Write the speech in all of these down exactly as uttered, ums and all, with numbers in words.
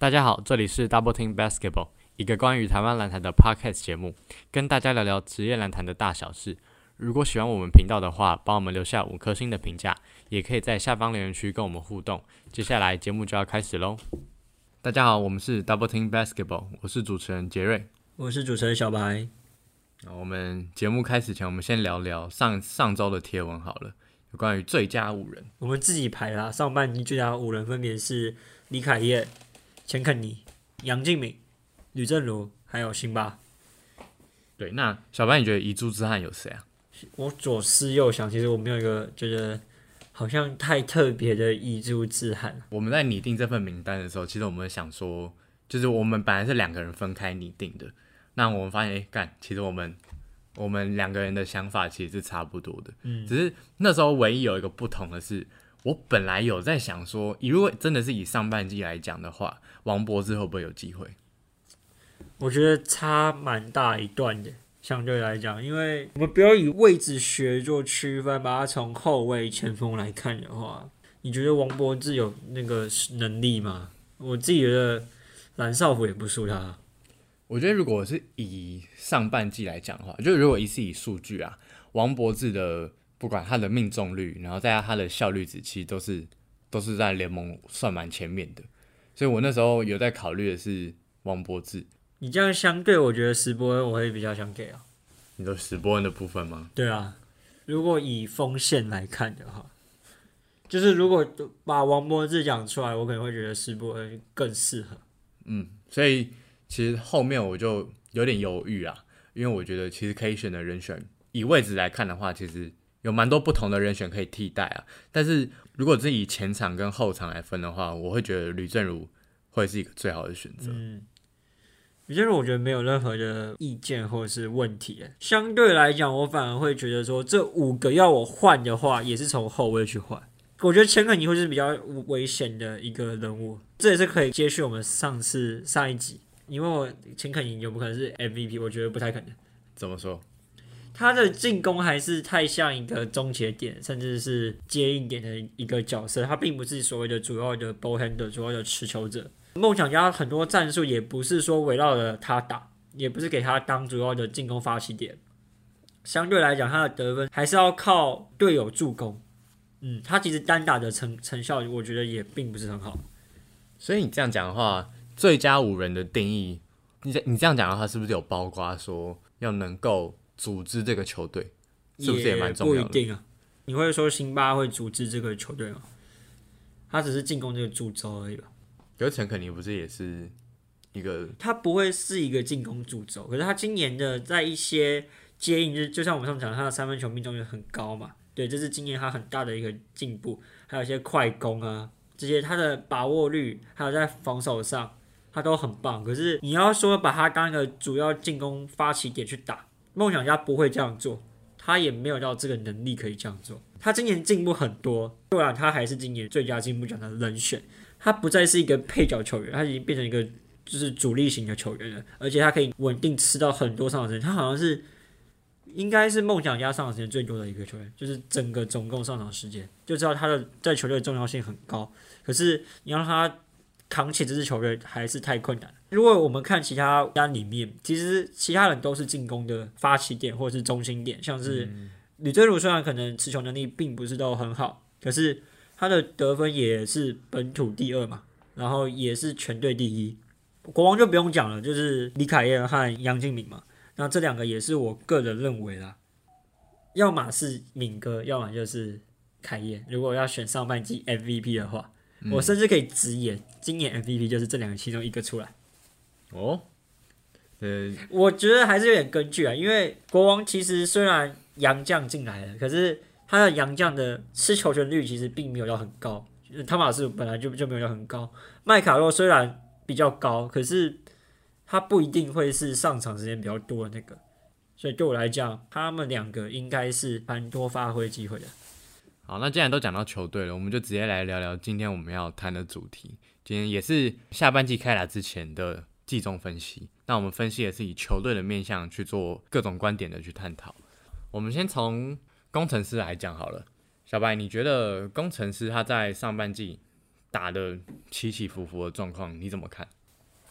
大家好，这里是 Double Team Basketball， 一个关于台湾篮坛的 Podcast 节目，跟大家聊聊职业篮坛的大小事。如果喜欢我们频道的话，帮我们留下五颗星的评价，也可以在下方留言区跟我们互动。接下来节目就要开始咯。大家好，我们是 Double Team Basketball， 我是主持人杰瑞， 我是主持人小白。 我们节目开始前，我们先聊聊上上周的贴文好了，有关于最佳五人。 我们自己排啦，上半季最佳五人分别是李凯燕、钱肯尼、杨敬敏、吕正如，还有辛巴。 对，那小白你觉得遗珠之憾有谁啊？ 我左思右想，其实我没有一个觉得好像太特别的遗珠之憾。 我们在拟定这份名单的时候，其实我们想说，就是我们本来是两个人分开拟定的，那我们发现，哎，干，其实我们我们两个人的想法其实是差不多的，嗯，只是那时候唯一有一个不同的是，我本来有在想说，如果真的是以上半季来讲的话，王柏智会不会有机会？ 我觉得差蛮大一段的。相对来讲，因为我们不要以位置学做区分，把它从后卫、前锋来看的话，你觉得王柏智有那个能力吗？我自己觉得蓝少辅也不输他。 我觉得如果是以上半季来讲的话，就如果一是以数据啊，王柏智的不管他的命中率，然后再加他的效率值，其实都是都是在联盟算蛮前面的，所以我那时候有在考虑的是王柏智。 你这样相对，我觉得石伯恩我会比较想给啊。 你说史波恩的部分吗？ 对啊，如果以锋线来看的话，就是如果把王柏智讲出来，我可能会觉得石伯恩更适合。 嗯，所以其实后面我就有点犹豫啊，因为我觉得其实可以选的人选，以位置来看的话，其实有蛮多不同的人选可以替代啊。但是如果是以前场跟后场来分的话，我会觉得吕正如会是一个最好的选择。 嗯。吕正如我觉得没有任何的意见或者是问题，相对来讲，我反而会觉得说，这五个要我换的话，也是从后卫去换。我觉得钱肯尼会是比较危险的一个人物，这也是可以接续我们上次上一集，因为我钱肯尼有不可能是 M V P， 我觉得不太可能。 怎么说？ 他的进攻还是太像一个终结点，甚至是接应点的一个角色，他并不是所谓的主要的 ball handler， 主要的持球者。梦想家很多战术也不是说围绕着他打，也不是给他当主要的进攻发起点。相对来讲，他的得分还是要靠队友助攻。嗯，他其实单打的成成效，我觉得也并不是很好。 所以你这样讲的话，最佳五人的定义，你你这样讲的话，是不是有包括说要能够组织这个球队？是不是也蛮重要的？ 也不一定啊。你会说辛巴会组织这个球队吗？他只是进攻这个主轴而已吧。 可是陈肯尼不是也是一个， 他不会是一个进攻主轴，可是他今年的在一些接应，就就像我们上讲，他的三分球命中率很高嘛，对，这是今年他很大的一个进步。还有一些快攻啊，这些他的把握率，还有在防守上，他都很棒。可是你要说把他当一个主要进攻发起点去打，梦想家不会这样做，他也没有到这个能力可以这样做。他今年进步很多，虽然他还是今年最佳进步奖的人选。他不再是一个配角球员，他已经变成一个就是主力型的球员了，而且他可以稳定吃到很多上场时间。他好像是应该是梦想家上场时间最多的一个球员，就是整个总共上场时间，就知道他的在球队的重要性很高。可是你要让他扛起这支球队还是太困难。如果我们看其他家里面，其实其他人都是进攻的发起点或者是中心点，像是吕正如虽然可能持球能力并不是都很好，可是他的得分也是本土第二嘛，然后也是全队第一。国王就不用讲了，就是李凯燕和杨敬敏嘛。那这两个也是我个人认为啦，要么是敏哥，要么就是凯燕。如果要选上半季 M V P 的话，嗯、我甚至可以直言，今年 M V P 就是这两个其中一个出来。 哦，呃， 我觉得还是有点根据啊，因为国王其实虽然洋将进来了，可是他的洋将的吃球权率其实并没有到很高，汤马斯本来就就没有到很高，麦卡洛虽然比较高，可是他不一定会是上场时间比较多的那个，所以对我来讲，他们两个应该是蛮多发挥机会的。 好，那既然都讲到球队了，我们就直接来聊聊今天我们要谈的主题。今天也是下半季开打之前的季中分析，那我们分析也是以球队的面向去做各种观点的去探讨。我们先从工程师来讲好了，小白，你觉得工程师他在上半季打的起起伏伏的状况，你怎么看？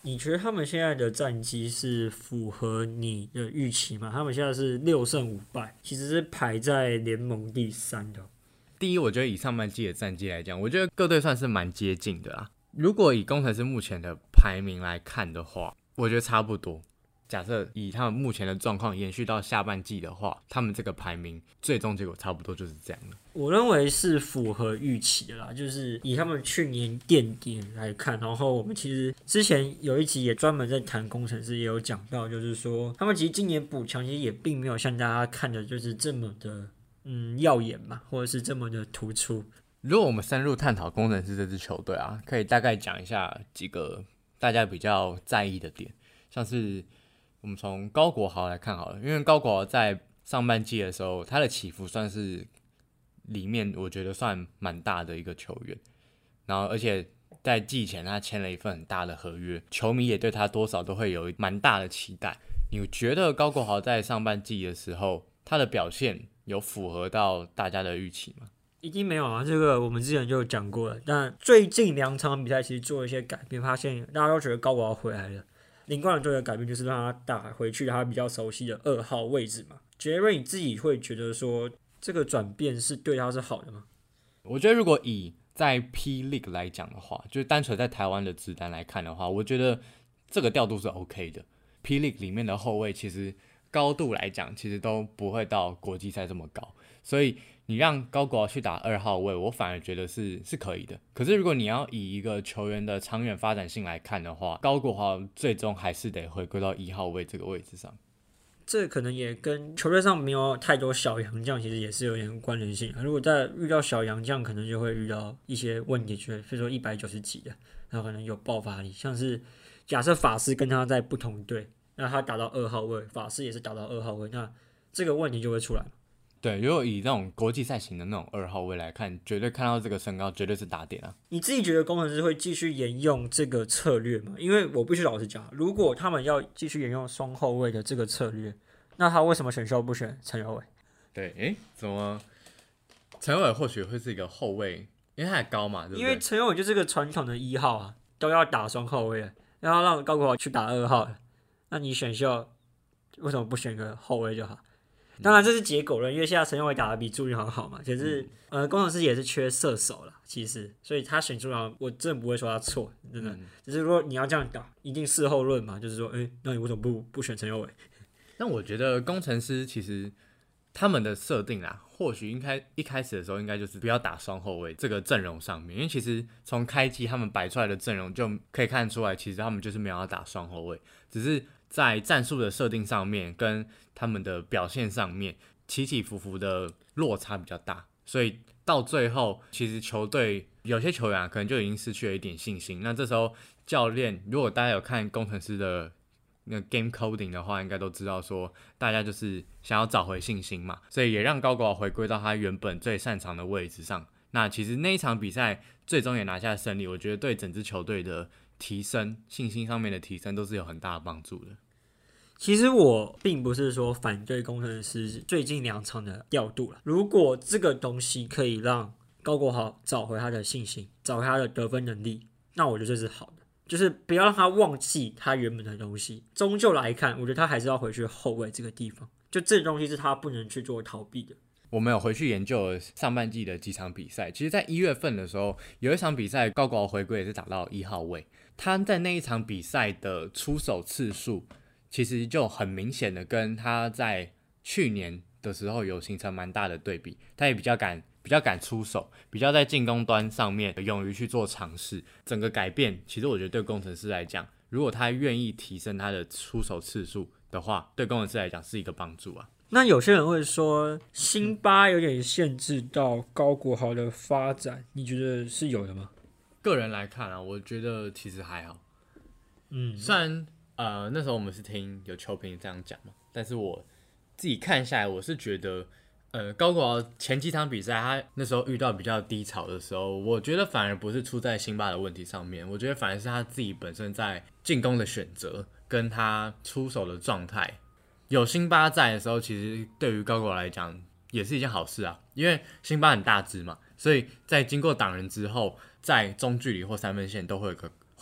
你觉得他们现在的战绩是符合你的预期吗？他们现在是六胜五败，其实是排在联盟第三的。 第一，我觉得以上半季的战绩来讲，我觉得各队算是蛮接近的啦。如果以工程师目前的排名来看的话，我觉得差不多。假设以他们目前的状况延续到下半季的话，他们这个排名最终结果差不多就是这样的。 我认为是符合预期的啦，就是以他们去年垫底来看，然后我们其实之前有一集也专门在谈工程师，也有讲到，就是说他们其实今年补强其实也并没有像大家看的就是这么的嗯耀眼嘛，或者是这么的突出。 如果我们深入探讨工程师这支球队啊，可以大概讲一下几个大家比较在意的点，像是我们从高国豪来看好了，因为高国豪在上半季的时候，他的起伏算是里面我觉得算蛮大的一个球员，然后而且在季前他签了一份很大的合约，球迷也对他多少都会有蛮大的期待。你觉得高国豪在上半季的时候，他的表现有符合到大家的预期吗？ 一定没有啊，这个我们之前就讲过了。但最近两场比赛其实做了一些改变，发现大家都觉得高国豪回来了。林冠做的改变就是让他打回去他比较熟悉的二号位置嘛。杰瑞，你自己会觉得说这个转变是对他是好的吗？ 我觉得如果以在 P League 来讲的话，就是单纯在台湾的职单来看的话，我觉得这个调度是 OK 的。P League 里面的后卫其实高度来讲，其实都不会到国际赛这么高，所以你让高国豪去打二号位，我反而觉得是是可以的。可是如果你要以一个球员的长远发展性来看的话，高国豪最终还是得回归到一号位这个位置上。 这可能也跟球队上没有太多小洋将，其实也是有点关联性。如果在遇到小洋将，可能就会遇到一些问题，比如说一百九十几的，然后可能有爆发力。像是假设法师跟他在不同队，那他打到二号位，法师也是打到二号位，那这个问题就会出来。 对，如果以那种国际赛型的那种二号位来看，绝对看到这个身高，绝对是打点啊。 你自己觉得工程师会继续沿用这个策略吗？因为我必须老实讲，如果他们要继续沿用双后卫的这个策略，那他为什么选秀不选陈友伟？ 对，诶，怎么陈友伟或许会是一个后卫，因为他还高嘛，对不对？ 因为陈友伟就是个传统的一号啊，都要打双后卫了，然后让高国豪去打二号了，那你选秀为什么不选个后卫就好？当然这是结果论，因为现在陈友伟打得比朱云航好嘛，可是、嗯、呃工程师也是缺射手啦，其实，所以他选朱云航，我真的不会说他错，真的，嗯、只是说你要这样打，一定事后论嘛，就是说，哎，那你为什么不不选陈友伟？ 但我觉得工程师其实他们的设定啦，或许应该一开始的时候应该就是不要打双后卫这个阵容上面，因为其实从开季他们摆出来的阵容就可以看出来，其实他们就是没有要打双后卫，只是在战术的设定上面跟他们的表现上面起起伏伏的落差比较大，所以到最后其实球队有些球员啊可能就已经失去了一点信心。那这时候教练如果大家有看工程师的那个 game coding 的话，应该都知道说大家就是想要找回信心嘛，所以也让高国豪回归到他原本最擅长的位置上。那其实那一场比赛最终也拿下胜利，我觉得对整支球队的提升信心上面的提升都是有很大的帮助的。 其实我并不是说反对工程师最近两场的调度了，如果这个东西可以让高国豪找回他的信心，找回他的得分能力，那我觉得这是好的。就是不要让他忘记他原本的东西，终究来看，我觉得他还是要回去后卫这个地方，就这东西是他不能去做逃避的。 我们有回去研究了上半季的几场比赛，其实在一月份的时候有一场比赛高国豪回归也是打到一号位，他在那一场比赛的出手次数其实就很明显的跟他在去年的时候有形成蛮大的对比，他也比较敢比较敢出手，比较在进攻端上面勇于去做尝试，整个改变其实我觉得对工程师来讲，如果他愿意提升他的出手次数的话，对工程师来讲是一个帮助啊。 那有些人会说辛巴有点限制到高国豪的发展，你觉得是有的吗？ 个人来看啊，我觉得其实还好。 嗯， 虽然呃那时候我们是听有球评这样讲嘛，但是我自己看下来，我是觉得呃高国豪前几场比赛他那时候遇到比较低潮的时候，我觉得反而不是出在辛巴的问题上面，我觉得反而是他自己本身在进攻的选择跟他出手的状态。有辛巴在的时候，其实对于高国豪来讲也是一件好事啊，因为辛巴很大只嘛，所以在经过挡人之后，在中距离或三分线都会有个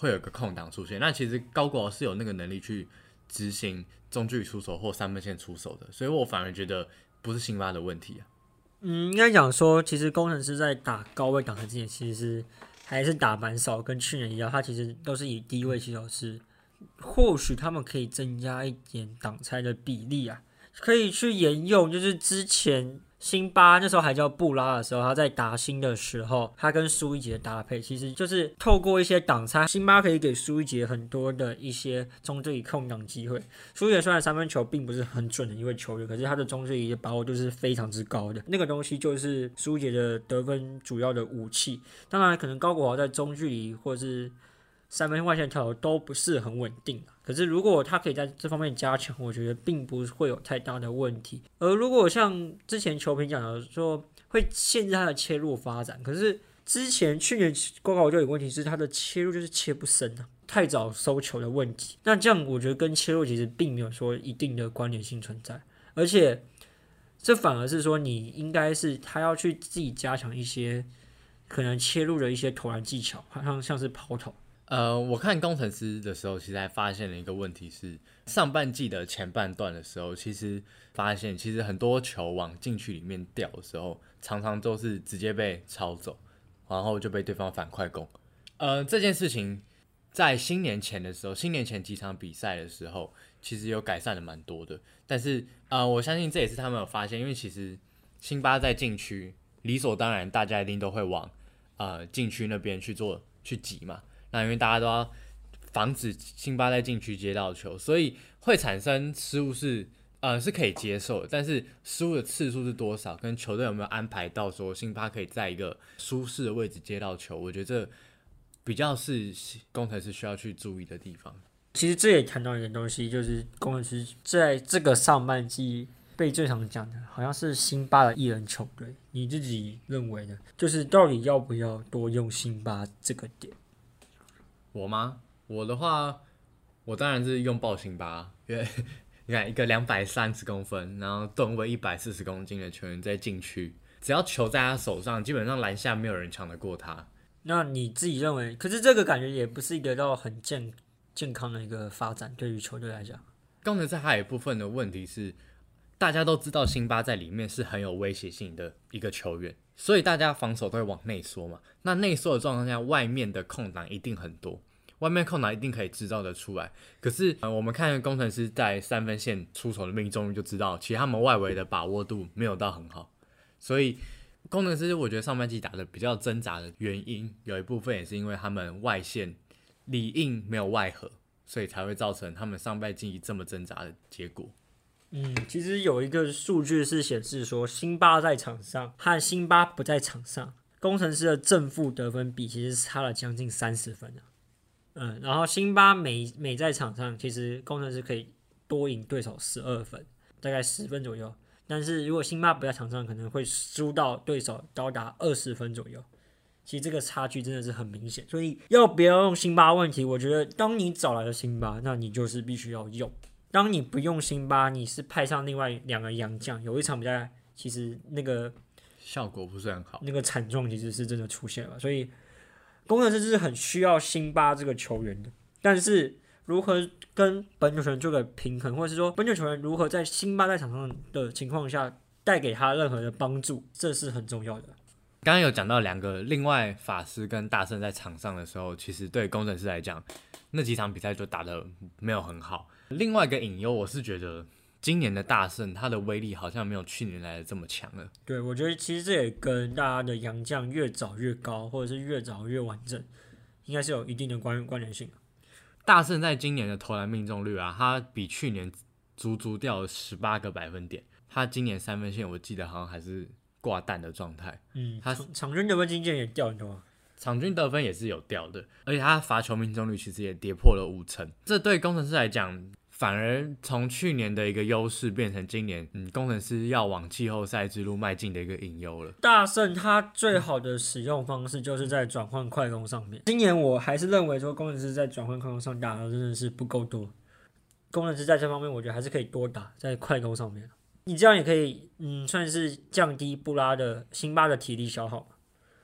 会有个空档出现。那其实高国豪是有那个能力去执行中距离出手或三分线出手的，所以我反而觉得不是辛巴的问题啊。 嗯，应该讲说，其实工程师在打高位挡拆之前，其实是还是打蛮少，跟去年一样，他其实都是以低位起手式。或许他们可以增加一点挡拆的比例啊，可以去沿用，就是之前辛巴那时候还叫布拉的时候，他在打新的时候，他跟苏一杰的搭配，其实就是透过一些挡拆，辛巴可以给苏一杰很多的一些中距离空档机会。苏一杰虽然三分球并不是很准的一位球员，可是他的中距离的把握度是非常之高的，那个东西就是苏一杰的得分主要的武器。当然，可能高国豪在中距离或是三分外线跳投都不是很稳定，可是如果他可以在这方面加强，我觉得并不会有太大的问题。而如果像之前球评讲的说会限制他的切入发展，可是之前去年高考就有问题是他的切入就是切不深啊，太早收球的问题。那这样我觉得跟切入其实并没有说一定的关联性存在，而且这反而是说你应该是他要去自己加强一些可能切入的一些投篮技巧，好像像是抛投。 呃，我看工程师的时候，其实还发现了一个问题是，上半季的前半段的时候，其实发现其实很多球往禁区里面掉的时候，常常都是直接被抄走，然后就被对方反快攻。呃，这件事情在新年前的时候，新年前几场比赛的时候，其实有改善的蛮多的。但是呃，我相信这也是他们有发现，因为其实辛巴在禁区，理所当然大家一定都会往呃禁区那边去做去挤嘛。那因为大家都要防止辛巴在禁区接到球，所以会产生失误是呃是可以接受的，但是失误的次数是多少，跟球队有没有安排到说辛巴可以在一个舒适的位置接到球，我觉得这比较是工程师需要去注意的地方。 其实这也谈到一个东西，就是工程师在这个上半季被最常讲的，好像是辛巴的一人球队。你自己认为呢？就是到底要不要多用辛巴这个点？ 我吗？我的话，我当然是用爆辛巴，因为你看一个两百三十公分，然后吨位一百四十公斤的球员在禁区，只要球在他手上，基本上篮下没有人抢得过他。 那你自己认为？可是这个感觉也不是一个到很健健康的一个发展，对于球队来讲。 工程师还有一部分的问题是，大家都知道辛巴在里面是很有威胁性的一个球员，所以大家防守都会往内缩嘛。那内缩的状况下，外面的空档一定很多，外面空档一定可以制造得出来。可是、呃、我们看工程师在三分线出手的命中率就知道，其实他们外围的把握度没有到很好。所以工程师我觉得上半季打的比较挣扎的原因，有一部分也是因为他们外线里应没有外合，所以才会造成他们上半季这么挣扎的结果。 嗯，其实有一个数据是显示说，辛巴在场上和辛巴不在场上，工程师的正负得分比其实差了将近三十分啊。嗯，然后辛巴每每在场上，其实工程师可以多赢对手十二分，大概十分左右。但是如果辛巴不在场上，可能会输到对手高达二十分左右。其实这个差距真的是很明显，所以要不要用辛巴问题，我觉得当你找来了辛巴，那你就是必须要用。当你不用辛巴，你是派上另外两个洋将，有一场比赛其实那个效果不是很好， 那个惨状其实是真的出现了，所以工程师是很需要辛巴这个球员的。但是如何跟本土球员做个平衡，或者是说本土球员如何在辛巴在场上的情况下带给他任何的帮助，这是很重要的。 刚刚有讲到两个，另外法师跟大圣在场上的时候，其实对工程师来讲，那几场比赛就打得没有很好。另外一个隐忧，我是觉得今年的大圣他的威力好像没有去年来的这么强了。 对，我觉得其实这也跟大家的洋将越早越高，或者是越早越完整，应该是有一定的关关联性。 大圣在今年的投篮命中率啊，他比去年足足掉了十八个百分点。他今年三分线我记得好像还是挂蛋的状态。 嗯，他场均得分经验也掉很多。 场均得分也是有掉的，而且他罚球命中率其实也跌破了五成。这对工程师来讲，反而从去年的一个优势变成今年，嗯，工程师要往季后赛之路迈进的一个隐忧了。 大圣他最好的使用方式就是在转换快攻上面。今年我还是认为说工程师在转换快攻上打的真的是不够多，工程师在这方面我觉得还是可以多打在快攻上面。你这样也可以，嗯，算是降低布拉的辛巴的体力消耗。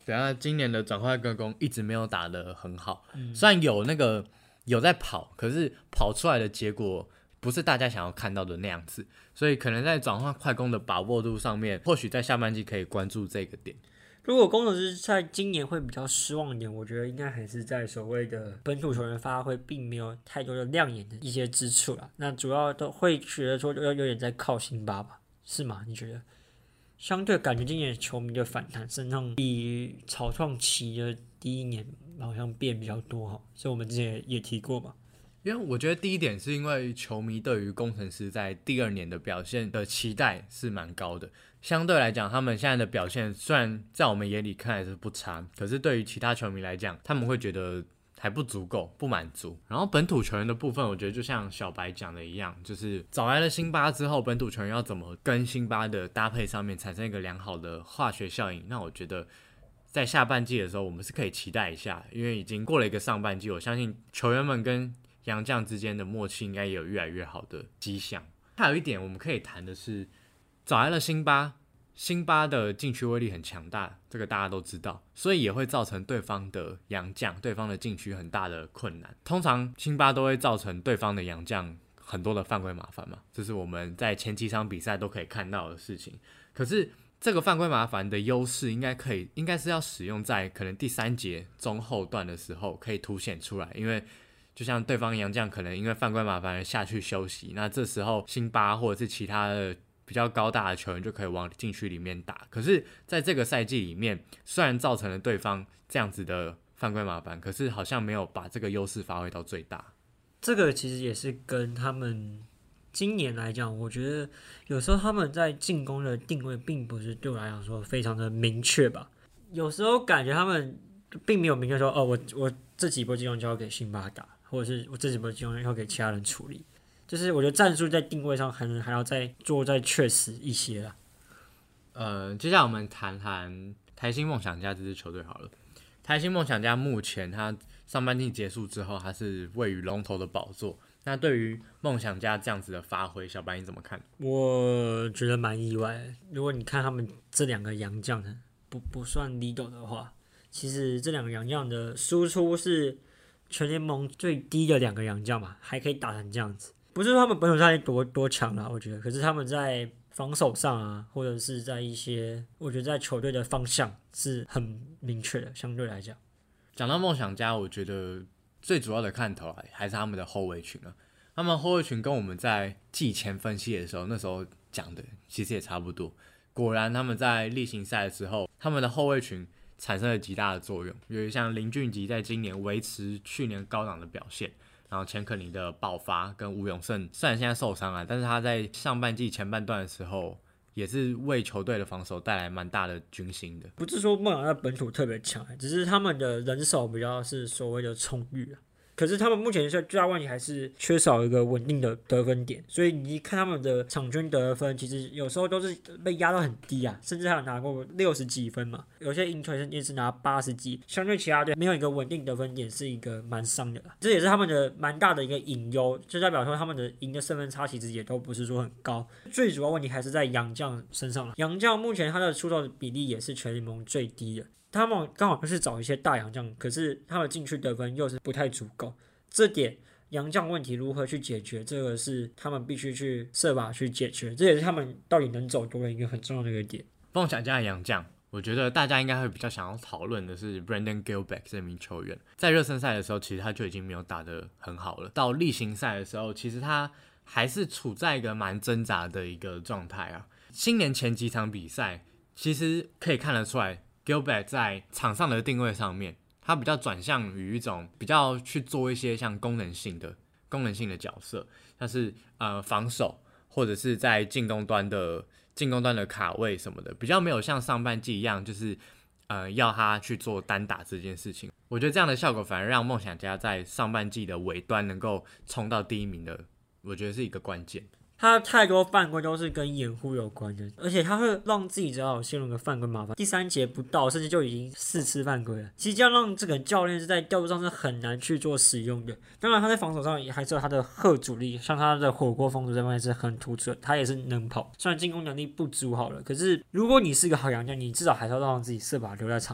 对啊，今年的转换跟攻一直没有打得很好，嗯、虽然有那个有在跑，可是跑出来的结果不是大家想要看到的那样子，所以可能在转换快攻的把握度上面，或许在下半季可以关注这个点。 如果工程师在今年会比较失望一点，我觉得应该还是在所谓的本土球员发挥并没有太多的亮眼的一些之处啦。那主要都会觉得说有有点在靠辛巴吧，是吗？你觉得？相对感觉今年球迷的反弹身上比草创期的第一年好像变比较多哈，所以我们之前也提过嘛。 因为我觉得第一点是因为球迷对于工程师在第二年的表现的期待是蛮高的，相对来讲他们现在的表现虽然在我们眼里看来是不差，可是对于其他球迷来讲他们会觉得还不足够，不满足。然后本土球员的部分我觉得就像小白讲的一样，就是找来了辛巴之后，本土球员要怎么跟辛巴的搭配上面产生一个良好的化学效应，那我觉得在下半季的时候我们是可以期待一下，因为已经过了一个上半季，我相信球员们跟洋将之间的默契应该也有越来越好的迹象。还有一点我们可以谈的是，找来了辛巴，辛巴的禁区威力很强大，这个大家都知道，所以也会造成对方的洋将、对方的禁区很大的困难。通常辛巴都会造成对方的洋将很多的犯规麻烦嘛，这是我们在前几场比赛都可以看到的事情。可是这个犯规麻烦的优势应该可以，应该是要使用在可能第三节中后段的时候可以凸显出来，因为就像对方洋将可能因为犯规麻烦而下去休息，那这时候辛巴或者是其他的比较高大的球员就可以往禁区里面打。可是在这个赛季里面，虽然造成了对方这样子的犯规麻烦，可是好像没有把这个优势发挥到最大。 这个其实也是跟他们今年来讲，我觉得有时候他们在进攻的定位并不是对我来讲说非常的明确吧。有时候感觉他们并没有明确说，哦，我我这几波进攻就要给辛巴打，或者是我这几波进攻要给其他人处理。就是我觉得战术在定位上可能还要再做再确实一些啦。 呃，接下来我们谈谈台新梦想家这支球队好了。台新梦想家目前他上半季结束之后，他是位于龙头的宝座。那对于梦想家这样子的发挥，小白你怎么看？ 我觉得蛮意外的。如果你看他们这两个洋将呢，不不算 Lido 的话，其实这两个洋将的输出是全联盟最低的两个洋将嘛，还可以打成这样子。不是说他们本土战力多多强啦，我觉得，可是他们在防守上啊，或者是在一些，我觉得在球队的方向是很明确的，相对来讲。 讲到梦想家，我觉得最主要的看头还是他们的后卫群啊。他们后卫群跟我们在季前分析的时候，那时候讲的其实也差不多。果然他们在例行赛的时候，他们的后卫群产生了极大的作用。比如像林俊杰在今年维持去年高档的表现，然后钱可尼的爆发跟吴永胜虽然现在受伤了，但是他在上半季前半段的时候也是为球队的防守带来蛮大的军心的。 不是说梦想家本土特别强，只是他们的人手比较是所谓的充裕啊。可是他们目前最大问题还是缺少一个稳定的得分点，所以你看他们的场均得分，其实有时候都是被压到很低啊，甚至还有拿过六十几分嘛，有些赢球甚至是拿八十几，相对其他队没有一个稳定得分点，是一个蛮伤的啦。这也是他们的蛮大的一个隐忧，就代表说他们的赢的胜分差其实也都不是说很高。最主要问题还是在洋将身上了，洋将目前他的出手比例也是全联盟最低的。他们刚好就是找一些大洋将，可是他们进去得分又是不太足够，这点洋将问题如何去解决，这个是他们必须去设法去解决，这也是他们到底能走多的一个很重要的一个点。 梦想家的洋将，我觉得大家应该会比较想要讨论的是 Brandon Gilbeck 这名球员，在热身赛的时候其实他就已经没有打得很好了，到例行赛的时候其实他还是处在一个蛮挣扎的一个状态啊。新年前几场比赛其实可以看得出来Gilbeck 在场上的定位上面，他比较转向于一种比较去做一些像功能性的功能性的角色，像是呃防守或者是在进攻端的进攻端的卡位什么的，比较没有像上半季一样，就是呃要他去做单打这件事情。我觉得这样的效果反而让梦想家在上半季的尾端能够冲到第一名的，我觉得是一个关键。 他太多犯规都是跟掩护有关的，而且他会让自己只好陷入个犯规麻烦。第三节不到，甚至就已经四次犯规了。其实这样让这个教练是在调度上是很难去做使用的。当然他在防守上也还是有他的贺阻力，像他的火锅风阻这方面是很突出的，他也是能跑。虽然进攻能力不足好了，可是如果你是个好洋将，你至少还是要让自己设法留在场上了。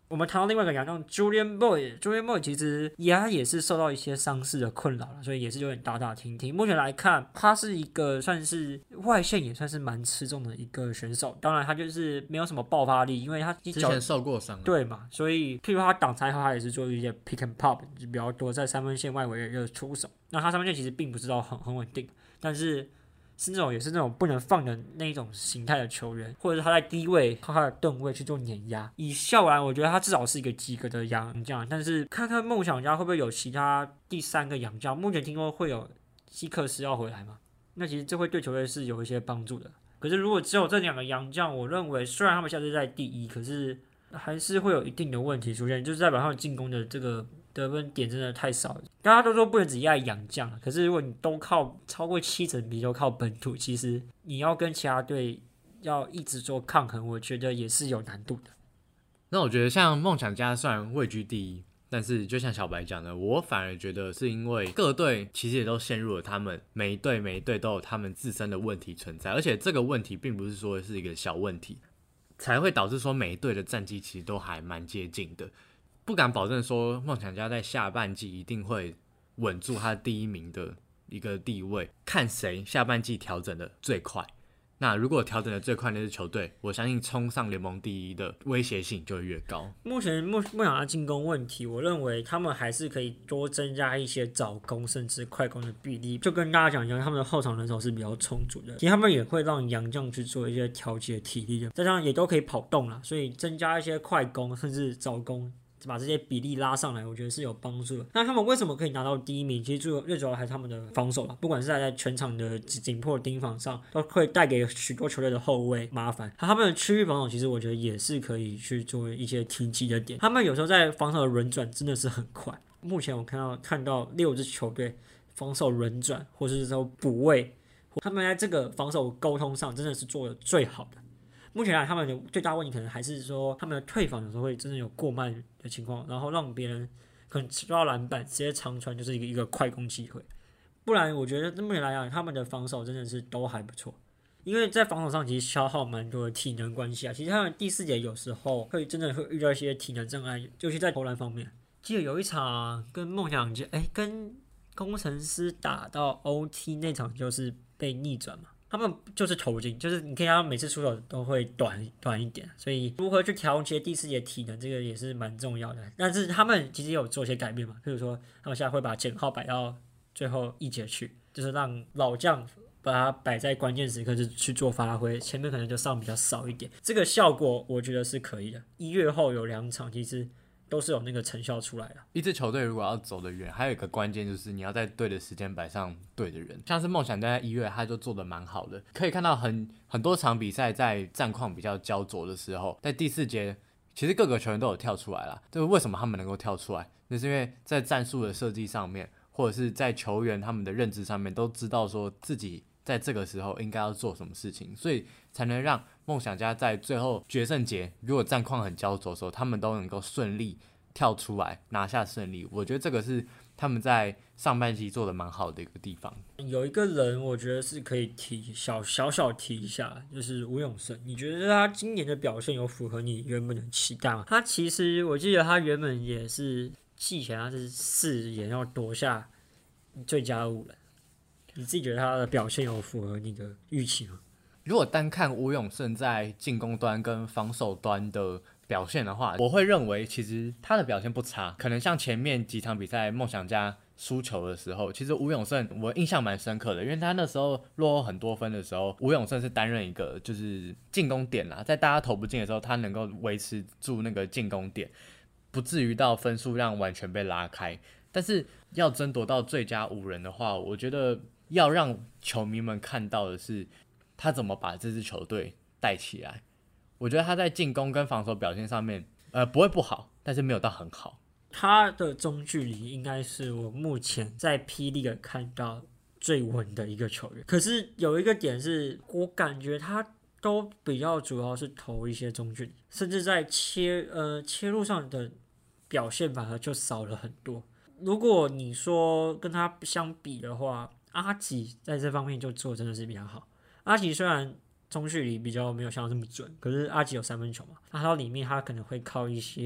我们谈到另外一个洋将 Julian Boyd，Julian Boyd 其实也也是受到一些伤势的困扰了，所以也是有点打打停停。目前来看，他是一个算是外线也算是蛮吃重的一个选手，当然他就是没有什么爆发力，因为他之前受过伤， 对嘛，所以譬如他挡拆后，他也是做一些 pick and pop 就比较多，在三分线外围的出手。那他三分线其实并不是到很很稳定，但是是那种也是那种不能放的那一种形态的球员，或者是他在低位靠他的吨位去做碾压。以校篮，我觉得他至少是一个及格的洋将，但是看看梦想家会不会有其他第三个洋将。目前听说会有希克斯要回来嘛，那其实这会对球队是有一些帮助的。可是如果只有这两个洋将，我认为虽然他们现在是在第一，可是还是会有一定的问题出现，就是代表他们进攻的这个得分点真的太少了。大家都说不能只依赖洋将，可是如果你都靠超过七成比都靠本土，其实你要跟其他队要一直做抗衡，我觉得也是有难度的。 那我觉得像梦想家虽然位居第一，但是就像小白讲的，我反而觉得是因为各队其实也都陷入了他们每一队每一队都有他们自身的问题存在，而且这个问题并不是说是一个小问题，才会导致说每一队的战绩其实都还蛮接近的。不敢保证说梦想家在下半季一定会稳住他第一名的一个地位，看谁下半季调整的最快。那如果调整的最快那支球队，我相信冲上联盟第一的威胁性就会越高。 目前梦梦想家进攻问题，我认为他们还是可以多增加一些早攻甚至快攻的比例。就跟大家讲一样，他们的后场人手是比较充足的，其实他们也会让洋将去做一些调节体力的，加上也都可以跑动了，所以增加一些快攻甚至早攻，把这些比例拉上来，我觉得是有帮助的。那他们为什么可以拿到第一名？其实最主要还是他们的防守了，不管是在全场的紧迫盯防上，都会带给许多球队的后卫麻烦。他们的区域防守其实我觉得也是可以去做一些提及的点。他们有时候在防守的轮转真的是很快。目前我看到看到六支球队防守轮转或是说补位，他们在这个防守沟通上真的是做的最好的。目前来他们的最大问题可能还是说他们的退防有时候会真的有过慢的情况，然后让别人可能抓到篮板直接长传就是一个一个快攻机会。不然我觉得目前来讲他们的防守真的是都还不错，因为在防守上其实消耗蛮多的体能关系啊。其实他们第四节有时候会真的会遇到一些体能障碍，尤其在投篮方面。记得有一场跟梦想家哎跟工程师打到 O T 那场就是被逆转嘛。他们就是投进，就是你可以看到每次出手都会短短一点，所以如何去调节第四节体能，这个也是蛮重要的。但是他们其实也有做一些改变嘛，譬如说他们现在会把简浩摆到最后一节去，就是让老将把它摆在关键时刻去做发挥，前面可能就上比较少一点，这个效果我觉得是可以的。一月后有两场，其实都是有那个成效出来的。 一支球队如果要走得远，还有一个关键就是你要在对的时间摆上对的人。像是梦想家在一月他就做得蛮好的，可以看到很很多场比赛在战况比较焦灼的时候，在第四节其实各个球员都有跳出来啦。就是为什么他们能够跳出来，那是因为在战术的设计上面，或者是在球员他们的认知上面都知道说自己在这个时候应该要做什么事情，所以才能让梦想家在最后决胜节如果战况很焦灼的时候，他们都能够顺利跳出来拿下胜利。我觉得这个是他们在上半季做的蛮好的一个地方。 有一个人我觉得是可以提小小小提一下，就是吴永胜。你觉得他今年的表现有符合你原本的期待吗？他其实我记得他原本也是季前他是誓言要夺下最佳五人，你自己觉得他的表现有符合你的预期吗？ 如果单看吴永胜在进攻端跟防守端的表现的话，我会认为其实他的表现不差。可能像前面几场比赛梦想家输球的时候，其实吴永胜我印象蛮深刻的，因为他那时候落后很多分的时候，吴永胜是担任一个就是进攻点啦，在大家投不进的时候，他能够维持住那个进攻点，不至于到分数让完全被拉开。但是要争夺到最佳五人的话，我觉得要让球迷们看到的是他怎么把这支球队带起来。我觉得他在进攻跟防守表现上面，呃，不会不好，但是没有到很好。 他的中距离应该是我目前在霹雳看到最稳的一个球员。可是有一个点是，我感觉他都比较主要是投一些中距离，甚至在切呃切入上的表现反而就少了很多。如果你说跟他相比的话，阿吉在这方面就做真的是比较好。阿吉虽然中距离比较没有像这么准，可是阿吉有三分球嘛，他到里面他可能会靠一些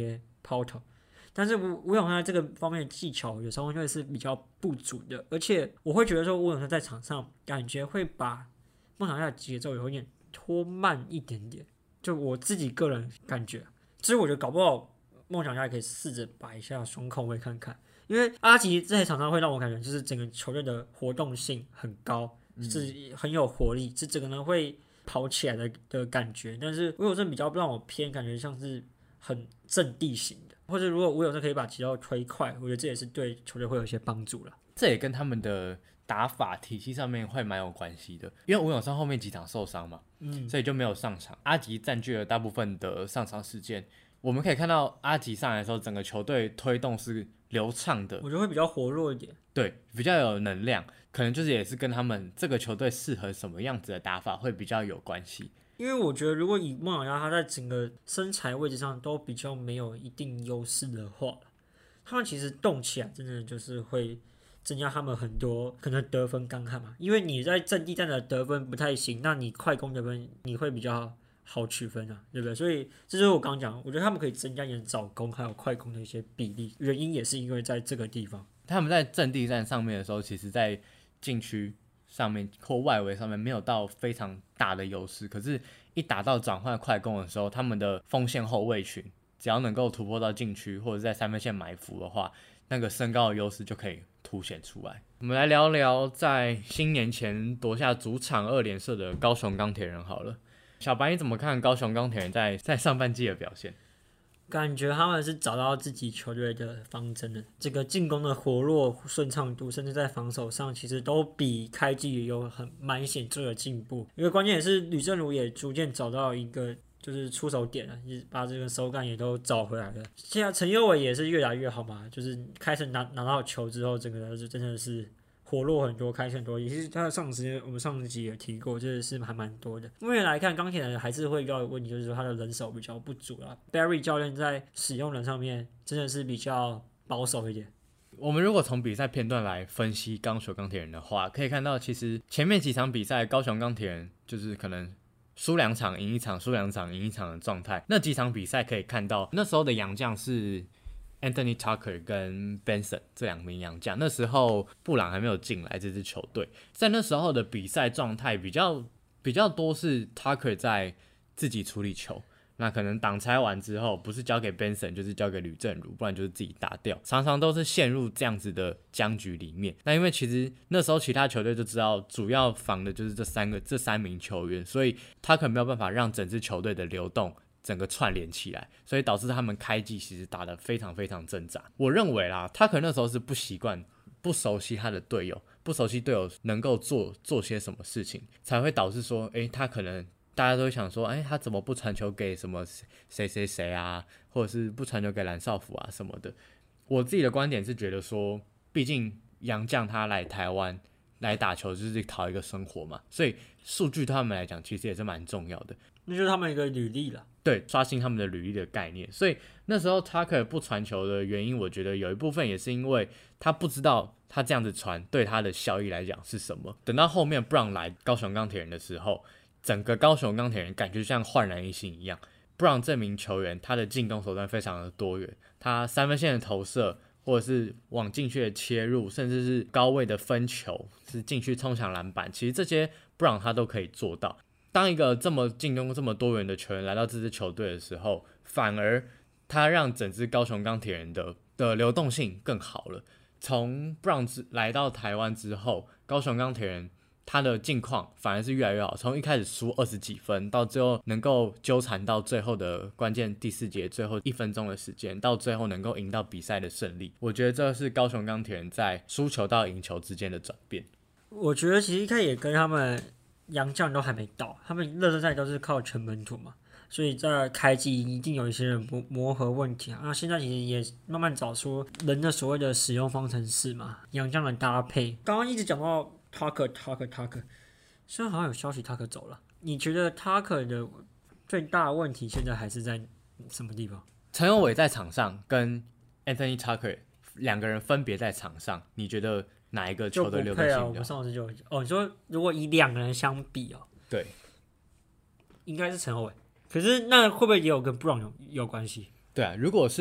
抛投。但是吴吴永泰这个方面的技巧有时候会是比较不足的，而且我会觉得说吴永泰在场上感觉会把梦想家的节奏有一点拖慢一点点，就我自己个人感觉。其实我觉得搞不好梦想家也可以试着摆一下双控位看看，因为阿吉在场上会让我感觉就是整个球队的活动性很高，是很有活力，是整个人会跑起来 的, 的感觉。但是吴永胜比较让我偏感觉像是很阵地型的。或者如果吴永胜可以把节奏推快，我觉得这也是对球队会有一些帮助了。 这也跟他们的打法体系上面会蛮有关系的，因为吴永胜后面几场受伤嘛，嗯，所以就没有上场。阿吉占据了大部分的上场时间，我们可以看到阿吉上来的时候，整个球队推动是流畅的， 我觉得会比较活络一点， 对，比较有能量，可能就是也是跟他们这个球队适合什么样子的打法会比较有关系。 因为我觉得，如果以梦想家他在整个身材位置上都比较没有一定优势的话，他们其实动起来真的就是会增加他们很多可能得分干旱嘛。因为你在阵地战的得分不太行，那你快攻得分你会比较好取分啊，对不对？所以这就是我刚刚讲，我觉得他们可以增加一点早攻还有快攻的一些比例，原因也是因为在这个地方， 他们在阵地战上面的时候，其实在禁区上面或外围上面没有到非常大的优势，可是一打到转换快攻的时候，他们的锋线后卫群只要能够突破到禁区或者在三分线埋伏的话，那个身高的优势就可以凸显出来。我们来聊聊在新年前夺下主场二连胜的高雄钢铁人好了。小白，你怎么看高雄钢铁人在在上半季的表现？ 感觉他们是找到自己球队的方针了，这个进攻的活络、顺畅度，甚至在防守上，其实都比开季有很蛮显著的进步。因为关键也是吕正如也逐渐找到一个就是出手点了，把这个手感也都找回来了。现在陈佑伟也是越来越好嘛，就是开始拿拿到球之后，整个就真的是活络很多，开心很多，也是他的上时我们上集也提过，这是还蛮多的。目前来看，钢铁人还是会遇到的问题，就是说他的人手比较不足啦。Barry 教练在使用人上面真的是比较保守一点。 我们如果从比赛片段来分析高雄钢铁人的话，可以看到其实前面几场比赛高雄钢铁人就是可能输两场赢一场，输两场赢一场的状态。那几场比赛可以看到那时候的洋将是Anthony Tucker 跟 Benson 这两名洋将，那时候布朗还没有进来这支球队，在那时候的比赛状态比较比较多是 Tucker 在自己处理球，那可能挡拆完之后不是交给 Benson 就是交给吕正如，不然就是自己打掉，常常都是陷入这样子的僵局里面。那因为其实那时候其他球队就知道主要防的就是这三个这三名球员，所以 Tucker 没有办法让整支球队的流动整个串联起来，所以导致他们开季其实打得非常非常挣扎。我认为啦，他可能那时候是不习惯、不熟悉他的队友，不熟悉队友能够做做些什么事情，才会导致说，诶，他可能大家都会想说，诶，他怎么不传球给什么谁谁谁啊，或者是不传球给蓝少辅啊什么的。我自己的观点是觉得说，毕竟洋将他来台湾来打球就是讨一个生活嘛，所以数据对他们来讲其实也是蛮重要的。 那就是他们一个履历了， 对，刷新他们的履历的概念。所以那时候 Tucker 不传球的原因，我觉得有一部分也是因为他不知道他这样子传对他的效益来讲是什么。等到后面 Brown 来高雄钢铁人的时候，整个高雄钢铁人感觉像焕然一新一样。Brown 这名球员他的进攻手段非常的多元，他三分线的投射，或者是往禁区的切入，甚至是高位的分球，是禁区冲抢篮板，其实这些 Brown 他都可以做到。当一个这么进攻这么多元的球员来到这支球队的时候，反而他让整支高雄钢铁人的的流动性更好了。从 Brown 来到台湾之后，高雄钢铁人他的境况反而是越来越好，从一开始输二十几分，到最后能够纠缠到最后的关键第四节最后一分钟的时间，到最后能够赢到比赛的胜利。我觉得这是高雄钢铁人在输球到赢球之间的转变。 我觉得其实一开始也跟他们洋将都还没到，他们热身赛都是靠全本土嘛，所以在开季一定有一些人磨合问题啊。那现在其实也慢慢找出人的所谓的使用方程式嘛，洋将的搭配。刚刚一直讲到 Tucker Tucker Tucker， 现在好像有消息 Tucker 走了。你觉得 Tucker 的最大的问题现在还是在什么地方？ 陈友伟在场上跟 Anthony Tucker 两个人分别在场上，你觉得哪一个球的流动性比较好？ 就不配啊！我们上次就哦，你说如果以两个人相比哦， 对， 应该是陈友伟。可是那会不会也有跟布朗有有关系？ 对啊，如果是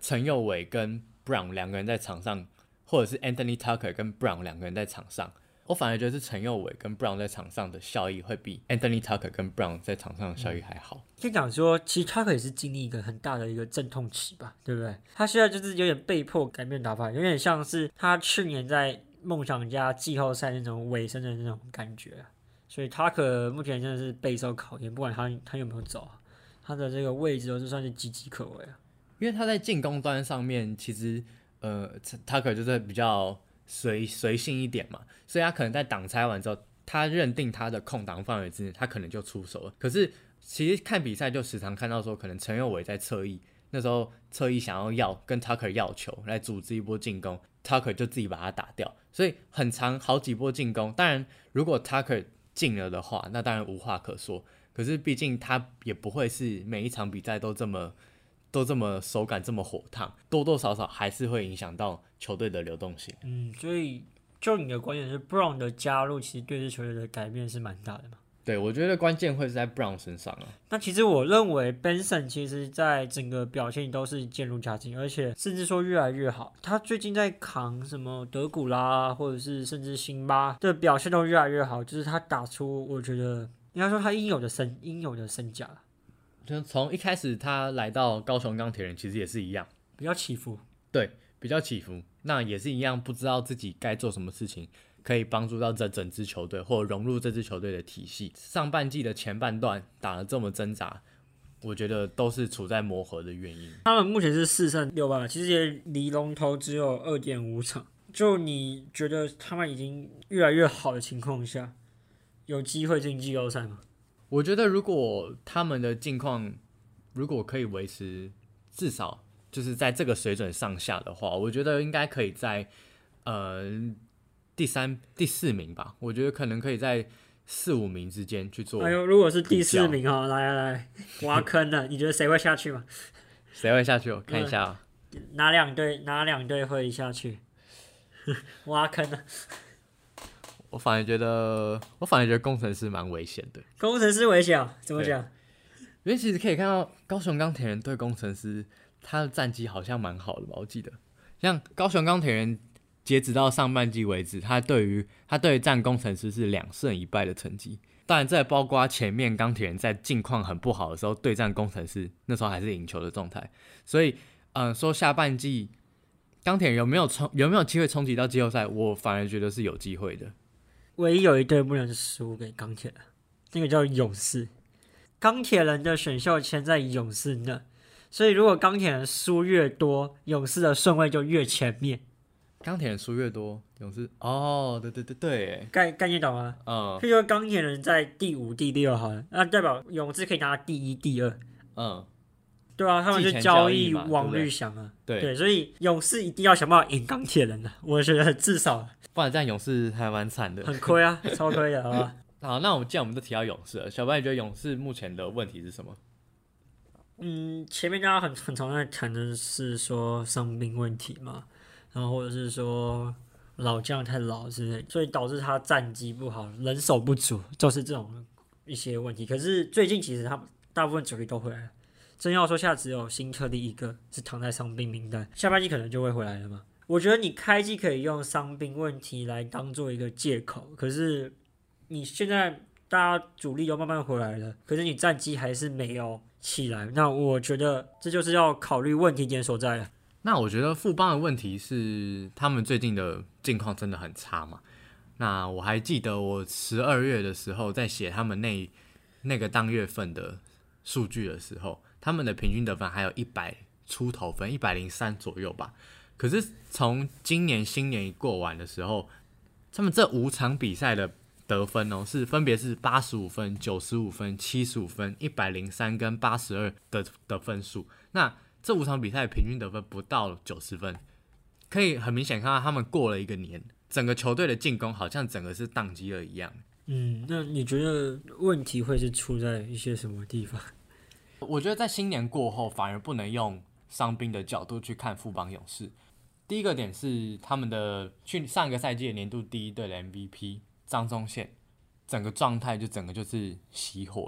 陈佑伟跟 Brown 两个人在场上，或者是 Anthony Tucker 跟 Brown 两个人在场上，我反而觉得是陈佑伟跟 Brown 在场上的效益会比 Anthony Tucker 跟 Brown 在场上的效益还好。 可以讲说，其实 Tucker 也是经历一个很大的一个阵痛期吧，对不对？他现在就是有点被迫改变打法，有点像是他去年在梦想家季后赛那种尾声的那种感觉，所以 Tucker 目前真的是备受考验，不管他他有没有走，他的这个位置都是算是岌岌可危啊。 因为他在进攻端上面，其实呃 Tucker 就是比较随随性一点嘛，所以他可能在挡拆完之后，他认定他的空档范围之内，他可能就出手了。可是其实看比赛就时常看到说，可能陈佑伟在侧翼，那时候侧翼想要要跟 Tucker 要球来组织一波进攻， Tucker 就自己把他打掉，所以很长好几波进攻。当然，如果 Tucker 进了的话，那当然无话可说。可是毕竟他也不会是每一场比赛都这么都这么手感这么火烫，多多少少还是会影响到球队的流动性。 嗯，所以就你的观点是 Brown 的加入，其实对这球队的改变是蛮大的嘛？ 对，我觉得关键会是在 Brown 身上啊。 那其实我认为 Benson 其实在整个表现都是渐入佳境，而且甚至说越来越好。他最近在扛什么德古拉，或者是甚至辛巴的表现都越来越好，就是他打出我觉得应该说他应有的身应有的身价。 就从一开始他来到高雄钢铁人，其实也是一样， 比较起伏。 对，比较起伏。那也是一样，不知道自己该做什么事情，可以帮助到这整支球队，或融入这支球队的体系。上半季的前半段打得这么挣扎，我觉得都是处在磨合的原因。 他们目前是四胜六败，其实也离龙头只有二点五场。就你觉得他们已经越来越好的情况下，有机会进季后赛吗？ 我觉得如果他们的境况如果可以维持至少就是在这个水准上下的话，我觉得应该可以在呃第三第四名吧，我觉得可能可以在四五名之间去做。 哎呦，如果是第四名哦，来来来，挖坑了，你觉得谁会下去吗？ 谁会下去？我看一下、啊嗯、哪两队哪两队会下去？挖坑了。 我反而觉得，我反而觉得工程师蛮危险的。 工程师危险、啊，怎么讲？ 因为其实可以看到高雄钢铁人对工程师，他的战绩好像蛮好的吧？我记得，像高雄钢铁人截止到上半季为止，他对于他对于战工程师是两胜一败的成绩。当然，这也包括前面钢铁人在境况很不好的时候对战工程师，那时候还是赢球的状态。所以，嗯、呃，说下半季钢铁人有没有冲有没有机会冲击到季后赛，我反而觉得是有机会的。 唯一有一队不能输给钢铁人，那个叫勇士。钢铁人的选秀签在勇士那，所以如果钢铁人输越多，勇士的顺位就越前面。 钢铁人输越多，勇士哦，对对对对， 概概念懂吗？ 嗯， 譬如说钢铁人在第五、第六好了，那代表勇士可以拿第一、第二。 嗯， 对啊，他们就交易王绿翔啊， 对 对, 对，所以勇士一定要想办法赢钢铁人的，我觉得至少。 不然这样勇士还蛮惨的， 很亏啊，超亏的，好吧？ 好，那我们既然我们都提到勇士了，小白你觉得勇士目前的问题是什么？ 嗯，前面大家很很常在谈的是说伤病问题嘛，然后或者是说老将太老之类，所以导致他战绩不好，人手不足，就是这种一些问题。可是最近其实他大部分球队都回来了，真要说现在只有新特利一个是躺在伤病名单，下半季可能就会回来了嘛。我觉得你开季可以用伤病问题来当做一个借口，可是你现在大家主力都慢慢回来了，可是你战绩还是没有起来，那我觉得这就是要考虑问题点所在了。 那我觉得富邦的问题是他们最近的境况真的很差嘛。那我还记得我十二月的时候在写他们那那个当月份的数据的时候，他们的平均得分还有一百出头分，一百零三左右吧。可是从今年新年一过完的时候，他们这五场比赛的得分哦，是分别是八十五分、九十五分、七十五分、一百零三跟八十二的的分数。那这五场比赛平均得分不到九十分，可以很明显看到他们过了一个年，整个球队的进攻好像整个是宕机了一样。 嗯，那你觉得问题会是出在一些什么地方？ 我觉得在新年过后，反而不能用伤兵的角度去看富邦勇士。第一个点是他们的去上个赛季的年度第一队的 M V P 张宗宪，整个状态就整个就是熄火了。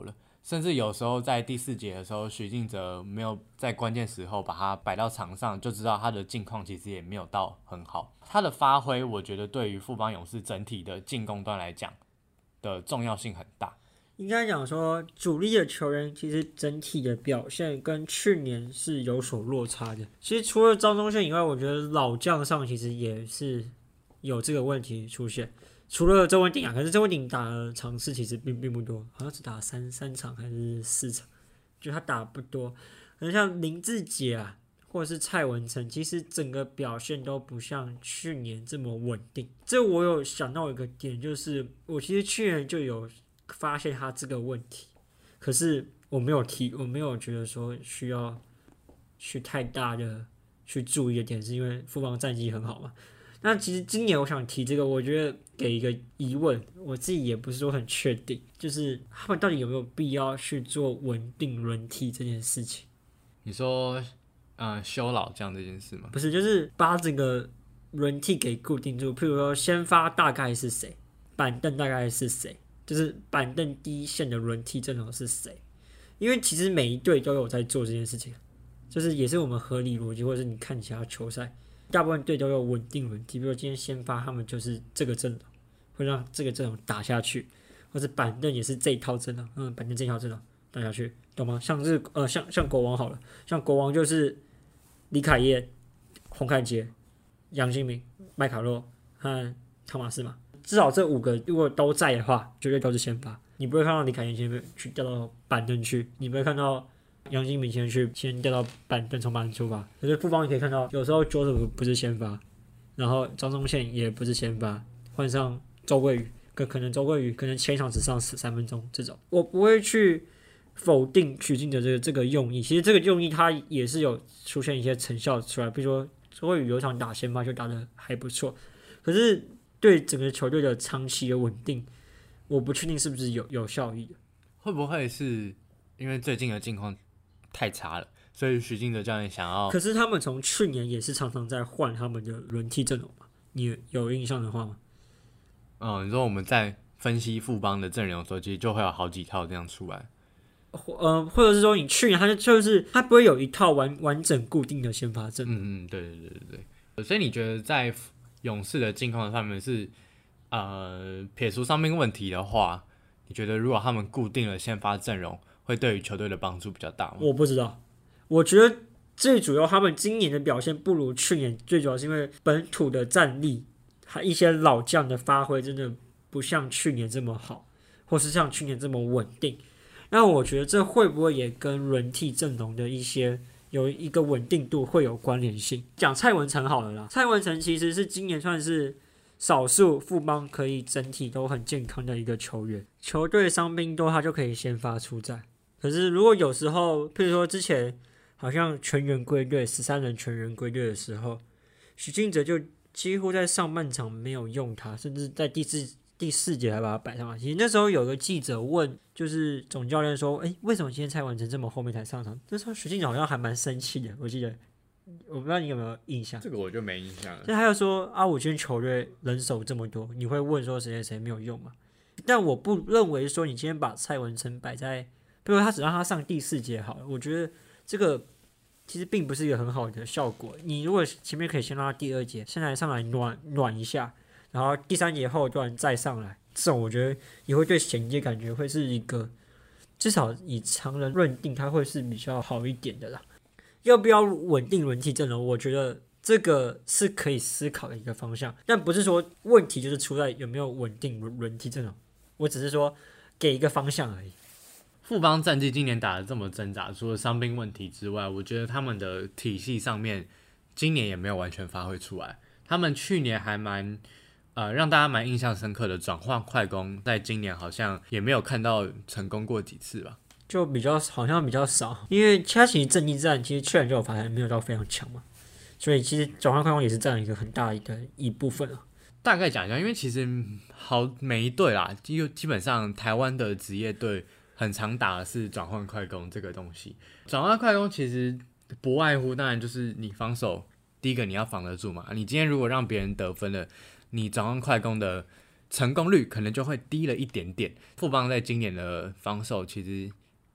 甚至有时候在第四节的时候，许晋哲没有在关键时候把他摆到场上，就知道他的境况其实也没有到很好。他的发挥，我觉得对于富邦勇士整体的进攻端来讲的重要性很大。 应该讲说，主力的球员其实整体的表现跟去年是有所落差的。其实除了张宗宪以外，我觉得老将上其实也是有这个问题出现。除了周文鼎啊，可是周文鼎打的场次其实并并不多，好像只打三三场还是四场，就他打不多。可能像林志杰啊，或者是蔡文成，其实整个表现都不像去年这么稳定。这我有想到一个点，就是我其实去年就有发现他这个问题，可是我没有提，我没有觉得说需要去太大的去注意的点，是因为富邦战绩很好嘛。那其实今年我想提这个，我觉得给一个疑问，我自己也不是说很确定，就是他们到底有没有必要去做稳定轮替这件事情？ 你说，呃，修老将这件事吗？ 不是，就是把整个轮替给固定住。譬如说，先发大概是谁，板凳大概是谁，就是板凳第一线的轮替阵容是谁？因为其实每一队都有在做这件事情，就是也是我们合理逻辑，或者是你看其他球赛。大部分队都有稳定轮替，比如今天先发他们就是这个阵容，会让这个阵容打下去，或是板凳也是这一套阵容，嗯，板凳这一套阵容打下去，懂吗？像是呃像像国王好了，像国王就是李凯燕、洪凯杰、杨新民、麦卡洛和汤马斯嘛，至少这五个如果都在的话，绝对都是先发，你不会看到李凯燕先去调到板凳去，你不会看到杨金明先去先调到板凳，从板凳出发。可是富邦你可以看到，有时候 Joseph 不是先发，然后张宗宪也不是先发，换上周桂宇，可可能周桂宇可能前一场只上十三分钟这种。我不会去否定许晋的这个这个用意，其实这个用意它也是有出现一些成效出来，比如说周桂宇有一场打先发就打得还不错，可是对整个球队的长期的稳定，我不确定是不是有有效益的。 会不会是因为最近的境况太差了，所以许晋哲教练想要？ 可是他们从去年也是常常在换他们的轮替阵容嘛，你有印象的话吗？ 嗯，你说我们在分析富邦的阵容的时候，其实就会有好几套这样出来。 呃，或者是说你去年他就就是他不会有一套完完整固定的先发阵容。 嗯嗯，对对对对对。所以你觉得在勇士的境况上面是呃撇除伤病问题的话，你觉得如果他们固定了先发阵容，会对于球队的帮助比较大吗？ 我不知道，我觉得最主要他们今年的表现不如去年，最主要是因为本土的战力，还一些老将的发挥真的不像去年这么好，或是像去年这么稳定。那我觉得这会不会也跟轮替阵容的一些有一个稳定度会有关联性？讲蔡文成好了啦，蔡文成其实是今年算是少数富邦可以整体都很健康的一个球员，球队伤兵多他就可以先发出战。可是如果有时候，譬如说之前好像全员归队，十三人全员归队的时候，许晋哲就几乎在上半场没有用他，甚至在第四第四节还把他摆上来。其实那时候有个记者问，就是总教练说：“哎，为什么今天蔡文成这么后面才上场？”那时候许晋哲好像还蛮生气的，我记得，我不知道你有没有印象。 这个我就没印象了。 所以他又说：“啊，我今天球队人手这么多，你会问说谁谁谁没有用吗？”但我不认为说你今天把蔡文成摆在，比如他只让他上第四节好了，我觉得这个其实并不是一个很好的效果。你如果前面可以先让他第二节，现在上来暖暖一下，然后第三节后段再上来，这种我觉得也会对衔接感觉会是一个，至少以常人认定他会是比较好一点的啦。要不要稳定轮替阵容？我觉得这个是可以思考的一个方向，但不是说问题就是出在有没有稳定轮替阵容，我只是说给一个方向而已。 富邦战绩今年打得这么挣扎，除了伤病问题之外，我觉得他们的体系上面今年也没有完全发挥出来。他们去年还蛮呃让大家蛮印象深刻的转换快攻，在今年好像也没有看到成功过几次吧。 就比较好像比较少，因为其他其实阵地战其实去年就有发现没有到非常强嘛，所以其实转换快攻也是占了一个很大的一部分啊。 大概讲一下，因为其实好每一队啦，基基本上台湾的职业队很常打的是转换快攻这个东西。转换快攻其实不外乎，当然就是你防守，第一个你要防得住嘛。你今天如果让别人得分了，你转换快攻的成功率可能就会低了一点点。富邦在今年的防守其实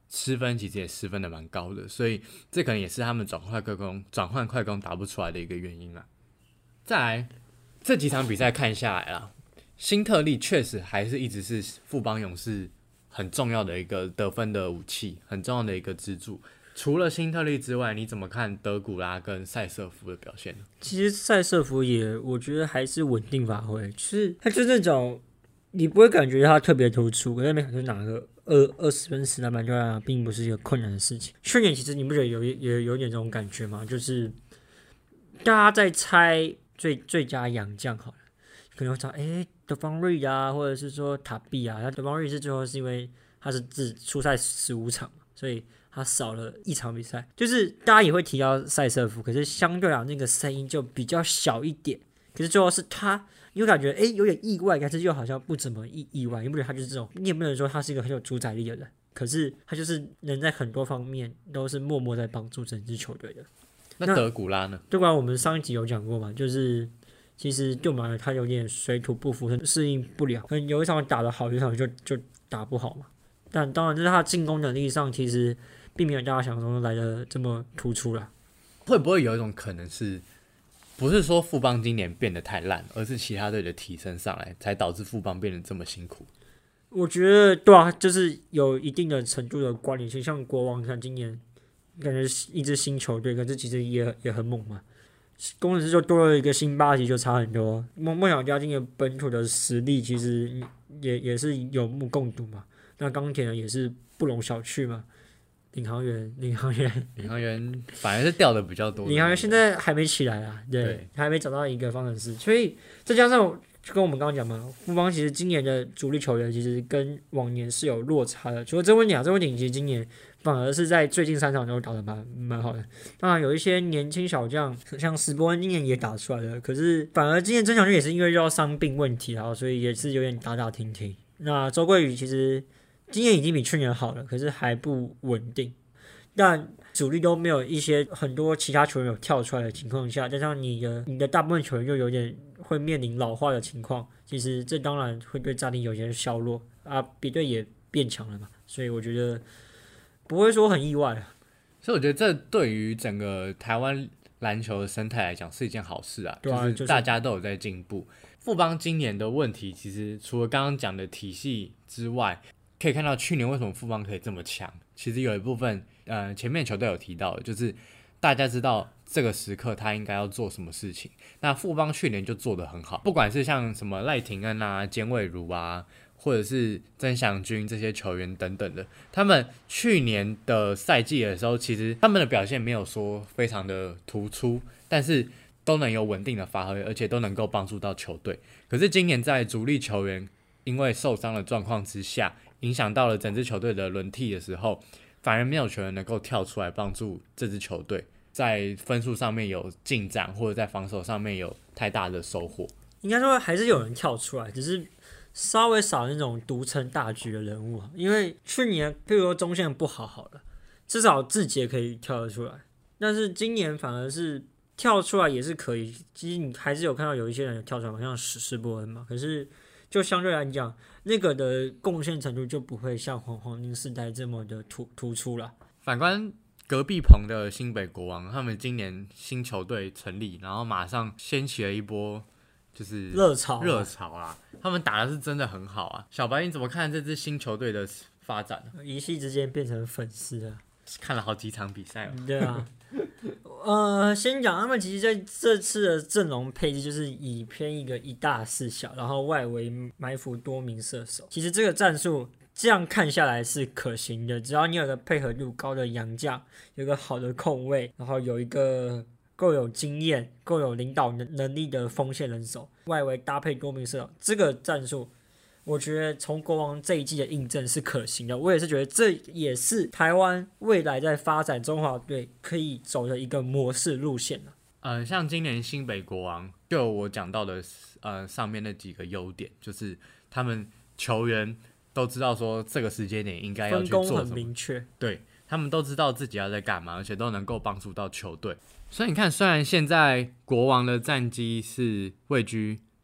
失分其实也失分的蛮高的，所以这可能也是他们转换快攻转换快攻打不出来的一个原因啦。再来这几场比赛看下来啦，辛特利确实还是一直是富邦勇士很重要的一个得分的武器，很重要的一个支柱。除了辛特利之外，你怎么看德古拉跟塞瑟夫的表现呢？ 其实塞瑟夫也，我觉得还是稳定发挥，就是他就是那种你不会感觉他特别突出，可是每场就拿个二二十分十篮板就来，并不是一个困难的事情。去年其实你不觉得有也有点这种感觉吗？就是大家在猜最最佳洋将好了，可能会找哎德邦瑞啊，或者是说塔比啊，他德邦瑞是最后是因为他是只出赛十五场，所以他少了一场比赛，就是大家也会提到塞瑟夫，可是相对来那个声音就比较小一点。可是最后是他，你会感觉哎有点意外，但是又好像不怎么意意外。你不觉得他就是这种？你也不能说他是一个很有主宰力的人，可是他就是能在很多方面都是默默在帮助整支球队的。 那德古拉呢？ 对吧？我们上一集有讲过嘛，就是其实对马他有点水土不服，适应不了。可能有一场打得好，有一场就就打不好嘛。但当然，就是他进攻能力上其实并没有大家想象中来的这么突出啦。 会不会有一种可能是，不是说富邦今年变得太烂，而是其他队的提升上来，才导致富邦变得这么辛苦？ 我觉得对啊，就是有一定的程度的关联性。像国王，看今年感觉一支新球队，可是其实也也很猛嘛。工程师就多了一个新巴西，就差很多。梦梦想家今年本土的实力其实也也是有目共睹嘛。那钢铁人也是不容小觑嘛。领航员，领航员， 领航员反而是掉的比较多的。 领航员现在还没起来啊，对，对还没找到一个方程式，所以再加上就跟我们刚刚讲嘛，富邦其实今年的主力球员其实跟往年是有落差的。除了这问题啊，这问题其实今年反而是在最近三场都打得蛮蛮好的。当然有一些年轻小将，像史伯恩今年也打出来了，可是反而今年曾祥钧也是因为遇到伤病问题啊，所以也是有点打打停停。那周桂宇其实今年已经比去年好了，可是还不稳定。但主力都没有一些很多其他球员有跳出来的情况下，加上你的你的大部分球员又有点会面临老化的情况，其实这当然会对战力有些削弱啊，别队也变强了嘛，所以我觉得不会说很意外啊。 所以我觉得这对于整个台湾篮球的生态来讲是一件好事啊， 对啊， 就是大家都有在进步。富邦今年的问题，其实除了刚刚讲的体系之外，可以看到去年为什么富邦可以这么强，其实有一部分，呃，前面球队有提到的，就是大家知道这个时刻他应该要做什么事情。那富邦去年就做得很好，不管是像什么赖廷恩啊、简伟儒啊，或者是曾祥钧这些球员等等的，他们去年的赛季的时候，其实他们的表现没有说非常的突出，但是都能有稳定的发挥，而且都能够帮助到球队。可是今年在主力球员因为受伤的状况之下，影响到了整支球队的轮替的时候，反而没有球员能够跳出来帮助这支球队在分数上面有进展，或者在防守上面有太大的收获。 应该说还是有人跳出来，只是稍微少那种独撑大局的人物。因为去年譬如说中线不好好了，至少志杰可以跳得出来，但是今年反而是跳出来也是可以。其实你还是有看到有一些人有跳出来，好像史施伯恩嘛，可是就相对来讲，那个的贡献程度就不会像黄黄金世代这么的突突出了。 反观隔壁棚的新北国王，他们今年新球队成立，然后马上掀起了一波就是热潮热潮啊！他们打的是真的很好啊。小白，你怎么看这支新球队的发展呢？ 一夕之间变成粉丝了， 看了好几场比赛哦。 对啊。呃，先讲他们其实在这次的阵容配置就是以偏一个一大四小，然后外围埋伏多名射手。其实这个战术这样看下来是可行的，只要你有个配合度高的洋将，有个好的控卫，然后有一个够有经验、够有领导能力的锋线人手，外围搭配多名射手，这个战术我觉得从国王这一季的印证是可行的。我也是觉得这也是台湾未来在发展中华队可以走的一个模式路线了。 呃，像今年新北国王，就我讲到的呃上面那几个优点，就是他们球员都知道说这个时间点应该要去做什么， 分工很明确， 对，他们都知道自己要在干嘛，而且都能够帮助到球队。所以你看，虽然现在国王的战绩是位居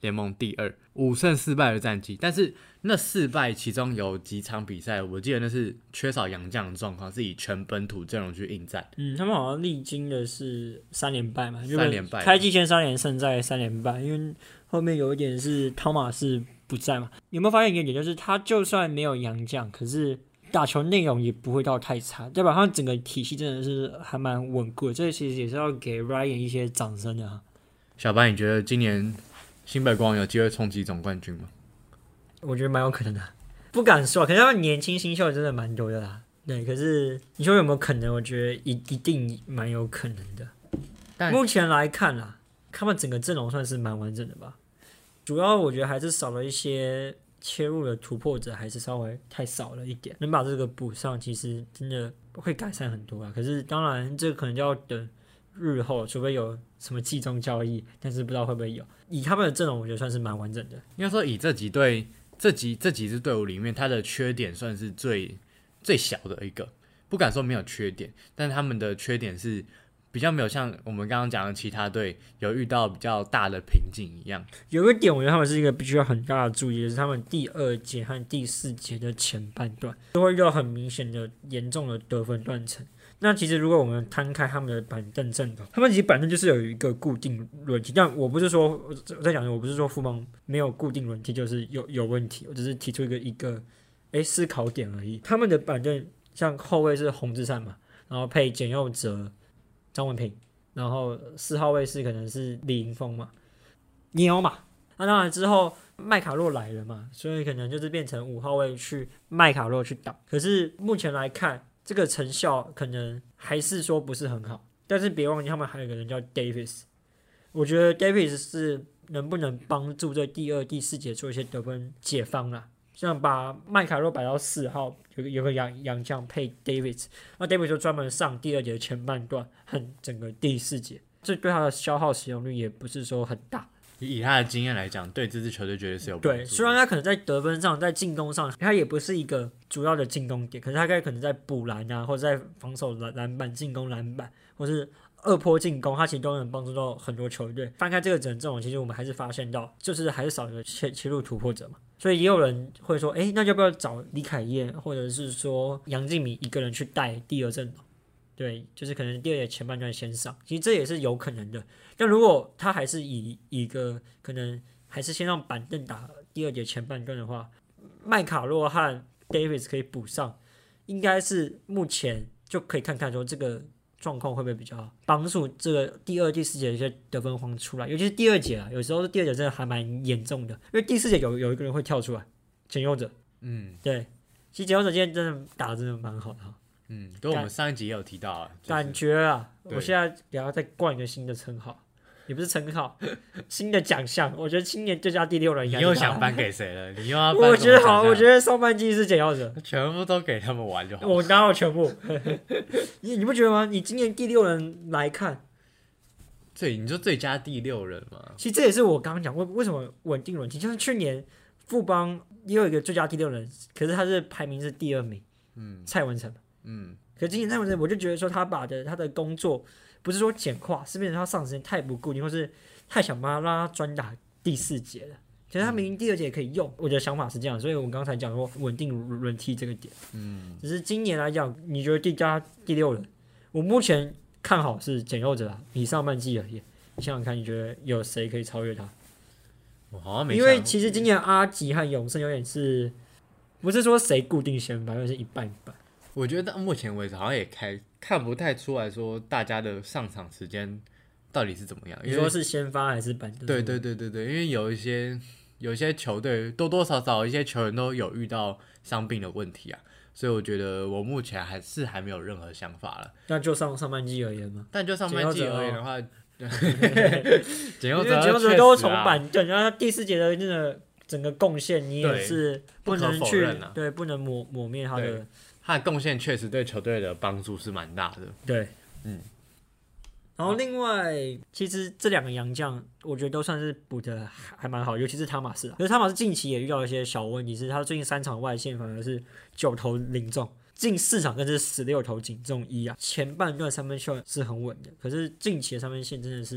联盟第二，五胜四败的战绩。但是那四败其中有几场比赛，我记得那是缺少洋将的状况，是以全本土阵容去应战。 嗯，他们好像历经的是三连败嘛， 三连败， 开季前三连胜，再三连败，因为后面有一点是汤马士不在嘛。有没有发现一个点，就是他就算没有洋将，可是打球内容也不会到太差，代表他整个体系真的是还蛮稳固的。这其实也是要给 Ryan 一些掌声的啊。 小白，你觉得今年新北国王有机会冲击总冠军吗？ 我觉得蛮有可能的，不敢说，可是他们年轻新秀真的蛮多的啦。对，可是你说有没有可能？我觉得一一定蛮有可能的。但目前来看啦，他们整个阵容算是蛮完整的吧。主要我觉得还是少了一些切入的突破者，还是稍微太少了一点。能把这个补上，其实真的会改善很多啊。可是当然，这个可能就要等日后，除非有什么季中交易，但是不知道会不会有。以他们的阵容，我觉得算是蛮完整的。 应该说，以这几队、这几这几支队伍里面，它的缺点算是最最小的一个，不敢说没有缺点，但他们的缺点是比较没有像我们刚刚讲的其他队有遇到比较大的瓶颈一样。 有一个点，我觉得他们是一个必须要很大的注意的是，他们第二节和第四节的前半段都会遇到很明显的严重的得分断层。那其实如果我们摊开他们的板凳阵容，他们其实板凳就是有一个固定轮替，但我不是说我在讲，我不是说富邦没有固定轮替就是有有问题，我只是提出一个一个哎思考点而已。他们的板凳像后卫是洪志善嘛，然后配简佑哲、张文平，然后四号位是可能是李盈峰嘛，你有嘛？那当然之后麦卡洛来了嘛，所以可能就是变成五号位去麦卡洛去打。可是目前来看，这个成效可能还是说不是很好，但是别忘记他们还有一个人叫 Davis， 我觉得 Davis 是能不能帮助这第二、第四节做一些得分解放啦，像把麦卡洛摆到四号，有个有个洋洋将配 Davis， 那 Davis 就专门上第二节的前半段和整个第四节，这对他的消耗使用率也不是说很大。 以他的经验来讲，对这支球队绝对是有帮助的。 对，虽然他可能在得分上、在进攻上，他也不是一个主要的进攻点，可是他可能在补篮啊，或者在防守篮板、进攻篮板，或是二波进攻，他其实都能帮助到很多球队。翻开这个整阵容，其实我们还是发现到，就是还是少一个切切入突破者嘛。所以也有人会说，哎，那要不要找李凯燕，或者是说杨敬敏一个人去带第二阵容？对，就是可能第二节前半段先上，其实这也是有可能的。但如果他还是以一个可能还是先让板凳打第二节前半段的话，麦卡洛和 Davis 可以补上，应该是目前就可以看看说这个状况会不会比较好，帮助这个第二、第四节的一些得分荒出来，尤其是第二节啊，有时候第二节真的还蛮严重的，因为第四节有有一个人会跳出来，简佑哲，嗯，对，其实简佑哲今天真的打得真的蛮好的哈。 嗯，跟我们上一集也有提到啊，就是、 感觉啊，我现在给他再冠一个新的称号，也不是称号，新的奖项。我觉得青年最佳第六人， 你又想颁给谁了？你又要颁什么？ 我觉得好，我觉得上半季是简耀哲， 全部都给他们玩就好。 我哪有全部？你你不觉得吗？你今年第六人来看， 对，你说最佳第六人嘛？ 其实这也是我刚刚讲为为什么稳定轮替，就是去年富邦也有一个最佳第六人，可是他是排名是第二名，嗯，蔡文成。嗯，可今年蔡文成我就觉得说他把的他的工作不是说简化，是变成他上时间太不固定，或是太想把他让他专打第四节了。其实他明明第二节也可以用，我的想法是这样，所以我刚才讲说稳定轮替这个点，嗯，只是今年来讲，你觉得第加第六人，我目前看好是简佑哲啊，以上半季而言，你想想看，你觉得有谁可以超越他？ 我好像没， 因为其实今年阿吉和永胜有点是，不是说谁固定先发，而是一半一半。 我觉得到目前为止好像也开看不太出来说大家的上场时间到底是怎么样。 你说是先发还是板凳？ 对对对对对，因为有一些有一些球队多多少少一些球员都有遇到伤病的问题啊，所以我觉得我目前还是还没有任何想法了。 那就上上半季而言吗？ 但就上半季而言的话， 简佑哲、简佑哲都从板凳，然后他第四节的那个整个贡献，你也是不能去、啊、对，不能抹抹灭他的。 他的贡献确实对球队的帮助是蛮大的。 对，嗯。然后另外，其实这两个洋将，我觉得都算是补的还蛮好，尤其是汤马斯啊。可是汤马斯近期也遇到一些小问题，是他最近三场外线反而是九投零中，近四场更是十六投仅中一啊。前半段三分线是很稳的，可是近期的三分线真的是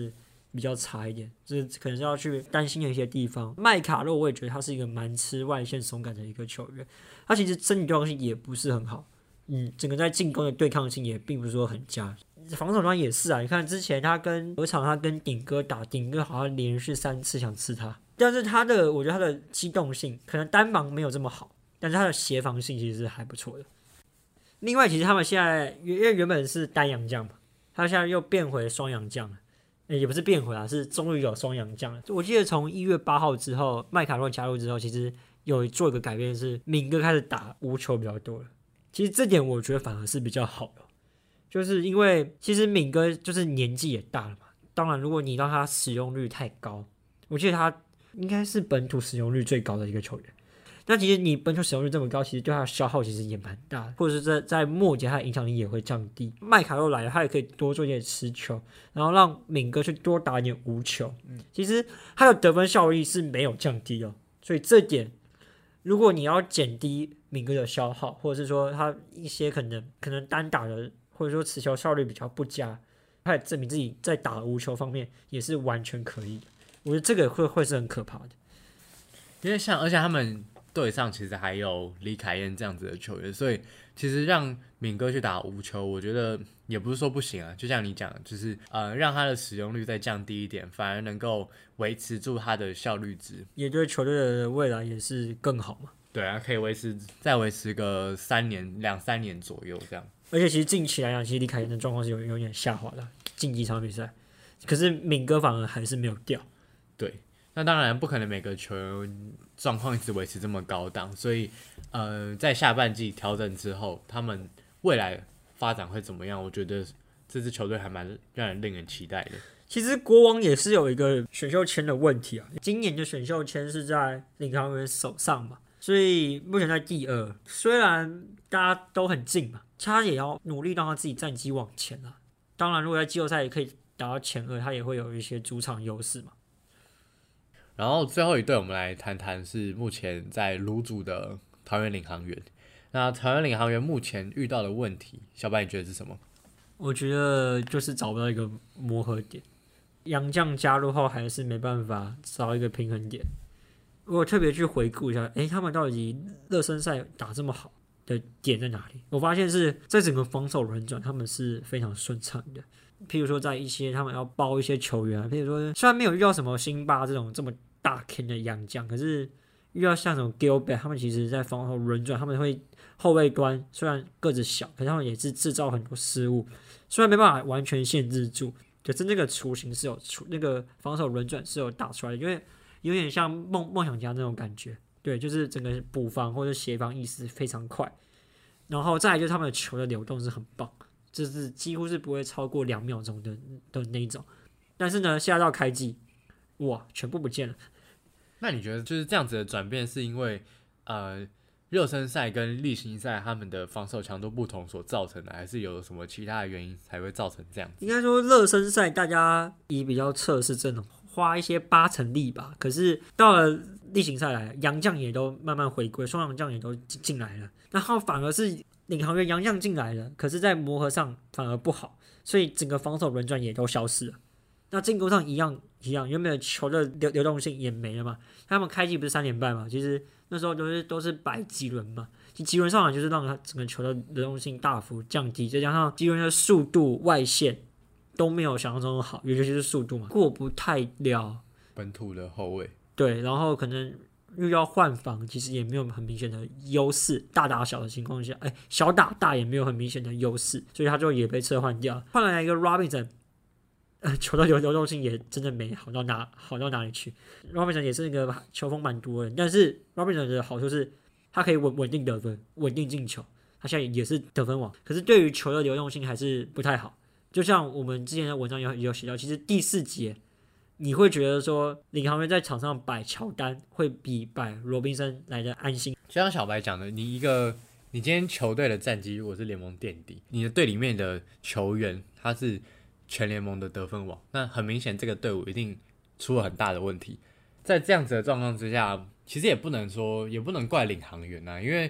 比较差一点，这可能是要去担心的一些地方。麦卡洛我也觉得他是一个蛮吃外线松感的一个球员，他其实身体对抗性也不是很好，嗯，整个在进攻的对抗性也并不是说很佳。防守端也是啊，你看之前他跟有一场他跟顶哥打，顶哥好像连续三次想刺他，但是他的我觉得他的机动性可能单防没有这么好，但是他的协防性其实是还不错的。另外，其实他们现在因为原本是单洋将嘛，他现在又变回双洋将了，也不是变回来，是终于有双洋将了。我记得从一月八号之后，麦卡洛加入之后，其实有做一个改变，是敏哥开始打无球比较多了。其实这点我觉得反而是比较好的。就是因为其实敏哥就是年纪也大了嘛，当然如果你让他使用率太高，我记得他应该是本土使用率最高的一个球员，那其实你本土使用率这么高，其实对他的消耗其实也蛮大的，或者是在在末节他的影响力也会降低。麦卡洛来了，他也可以多做一点持球，然后让敏哥去多打一点无球，其实他的得分效率是没有降低哦，所以这点如果你要减低敏哥的消耗，或者是说他一些可能可能单打的或者说持球效率比较不佳，他也证明自己在打无球方面也是完全可以的。我觉得这个会会是很可怕的， 因为像而且他们队上其实还有李凯燕这样子的球员，所以其实让敏哥去打无球，我觉得也不是说不行啊。就像你讲的，就是呃让他的使用率再降低一点，反而能够维持住他的效率值， 也对球队的未来也是更好嘛。 对啊，可以维持再维持个三年两三年左右这样。 而且其实近期来讲，其实李凯燕的状况是有有点下滑的，近几场比赛，可是敏哥反而还是没有掉。 对，那当然不可能每个球员状况一直维持这么高档，所以呃，在下半季调整之后，他们未来发展会怎么样？我觉得这支球队还蛮让人令人期待的。 其实国王也是有一个选秀签的问题啊，今年的选秀签是在领航员手上嘛，所以目前在第二，虽然大家都很近嘛，他也要努力让他自己战绩往前啊。当然，如果在季后赛也可以打到前二，他也会有一些主场优势嘛。 然后最后一队，我们来谈谈是目前在卤煮的桃园领航员。那桃园领航员目前遇到的问题，小白你觉得是什么？ 我觉得就是找不到一个磨合点，洋将加入后还是没办法找一个平衡点。我特别去回顾一下，诶，他们到底热身赛打这么好的点在哪里？我发现是在整个防守轮转，他们是非常顺畅的。譬如说，在一些他们要包一些球员，譬如说，虽然没有遇到什么辛巴这种这么大坑的洋将，可是遇到像什么 Gilbert， 他们其实在防守轮转，他们会后卫端虽然个子小，可是他们也是制造很多失误，虽然没办法完全限制住，可是那个雏形是有出，那个防守轮转是有打出来的，因为有点像梦梦想家那种感觉，对，就是整个补防或者协防意识非常快，然后再来就是他们的球的流动是很棒，就是几乎是不会超过两秒钟的的那一种，但是呢，下到开季，哇，全部不见了。 那你觉得就是这样子的转变，是因为呃热身赛跟例行赛他们的防守强度不同所造成的，还是有什么其他的原因才会造成这样子？ 应该说热身赛大家以比较测试阵容，花一些八成力吧。可是到了例行赛来，洋将也都慢慢回归，双洋将也都进来了，然后反而是领航员洋将进来了，可是在磨合上反而不好，所以整个防守轮转也都消失了。那进攻上一样一样，原本的球的流流动性也没了嘛。他们开季不是三连败嘛？其实那时候都是都是摆几轮嘛，其实几轮上来就是让他整个球的流动性大幅降低，再加上几轮的速度外线都没有想象中的好，尤其是速度嘛，过不太了本土的后卫。 对，然后可能又要换防，其实也没有很明显的优势，大打小的情况下，哎，小打大也没有很明显的优势，所以他就也被撤换掉，换来一个 Robinson。呃，球的流流动性也真的没好到哪好到哪里去。Robinson 也是那个球风蛮多的，但是 Robinson 的好处是他可以稳稳定得分，稳定进球，他现在也是得分王。可是对于球的流动性还是不太好。就像我们之前的文章有有写到，其实第四节你会觉得说领航员在场上摆乔丹会比摆罗宾森来的安心。 就像小白讲的，你一个你今天球队的战绩如果是联盟垫底，你的队里面的球员他是全联盟的得分王，那很明显这个队伍一定出了很大的问题。在这样子的状况之下，其实也不能说也不能怪领航员啊，因为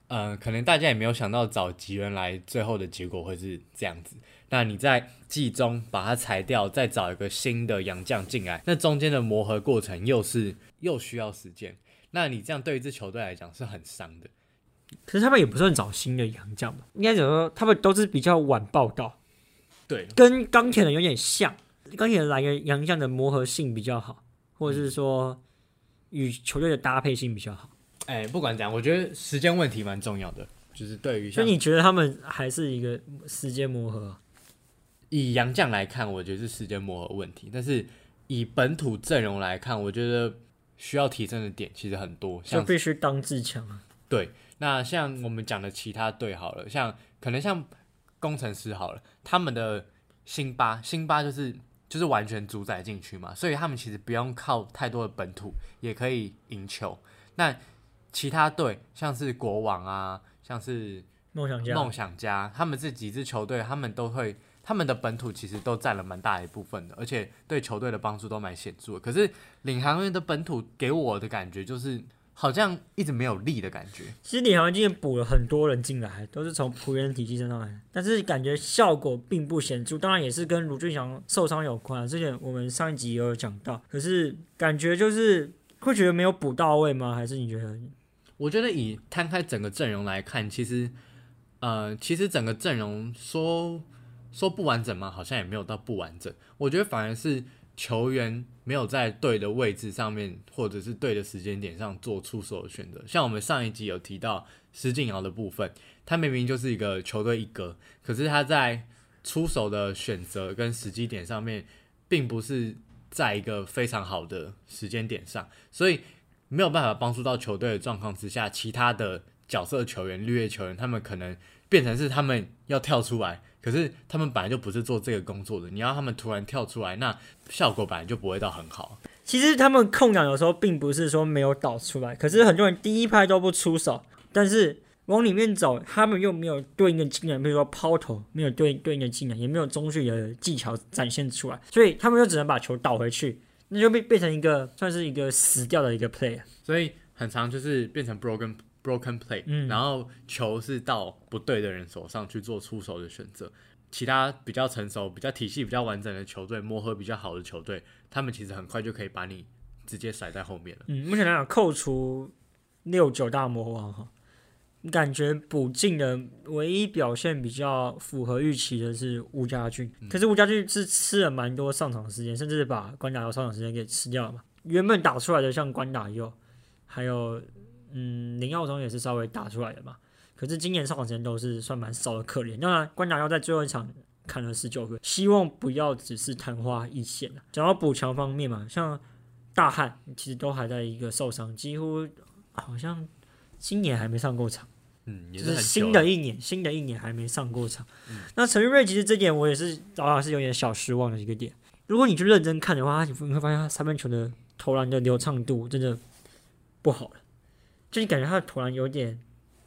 呃，可能大家也没有想到找吉原来最后的结果会是这样子。那你在季中把它裁掉，再找一个新的洋将进来，那中间的磨合过程又是又需要时间。那你这样对于这球队来讲是很伤的。 可是他们也不算找新的洋将吧？应该怎么说？他们都是比较晚报道， 对， 跟钢铁人有点像。钢铁人来源洋将的磨合性比较好，或者是说与球队的搭配性比较好。 哎、欸，不管怎样，我觉得时间问题蛮重要的，就是对于。 所以你觉得他们还是一个时间磨合、啊？ 以洋将来看，我觉得是时间磨合问题，但是以本土阵容来看，我觉得需要提升的点其实很多， 就必须当自强啊。 对，那像我们讲的其他队好了，像可能像工程师好了，他们的辛巴，辛巴就是就是完全主宰禁区嘛，所以他们其实不用靠太多的本土也可以赢球。那其他队像是国王啊，像是梦想家、 梦想家，他们这几支球队，他们都会，他们的本土其实都占了蛮大一部分的，而且对球队的帮助都蛮显著的。可是领航员的本土给我的感觉就是好像一直没有力的感觉。 其实领航员今年补了很多人进来，都是从璞园体系上来，但是感觉效果并不显著。当然也是跟卢俊祥受伤有关，之前我们上一集也有讲到。可是感觉就是会觉得没有补到位吗？还是你觉得？ 我觉得以摊开整个阵容来看，其实，呃，其实整个阵容说说不完整嘛，好像也没有到不完整。我觉得反而是球员没有在对的位置上面，或者是对的时间点上做出手的选择。像我们上一集有提到施晋尧的部分，他明明就是一个球队一哥，可是他在出手的选择跟时机点上面，并不是在一个非常好的时间点上，所以没有办法帮助到球队的状况之下，其他的角色球员、绿叶球员，他们可能变成是他们要跳出来，可是他们本来就不是做这个工作的，你要他们突然跳出来，那效果本来就不会到很好。 其实他们空档有时候并不是说没有导出来，可是很多人第一拍都不出手，但是往里面走，他们又没有对应的技能，比如说抛投没有对对应的技能，也没有中距的技巧展现出来，所以他们就只能把球倒回去。那就变成一个算是一个死掉的一个 play， 所以很常就是变成 broken broken play，嗯，然后球是到不对的人手上去做出手的选择。其他比较成熟、比较体系比较完整的球队，磨合比较好的球队，他们其实很快就可以把你直接甩在后面了。 嗯，目前来讲，扣除六九大魔王哈，感觉补进的唯一表现比较符合预期的是吴家俊，嗯、可是吴家俊是吃了蛮多上场时间，甚至是把关达佑上场时间给吃掉了嘛。原本打出来的像关达佑，还有嗯林耀宗也是稍微打出来的嘛，可是今年上场时间都是算蛮少的，可怜。当然关达佑在最后一场砍了十九个，希望不要只是昙花一现啊。讲到补强方面嘛，像大汉其实都还在一个受伤，几乎好像今年还没上过场。 嗯，也是很久了， 就是新的一年，新的一年还没上过场。嗯、那陈玉瑞其实这点我也是，早晚是有点小失望的一个点。如果你去认真看的话，你会发现他三分球的投篮的流畅度真的不好了，就你感觉他的投篮有点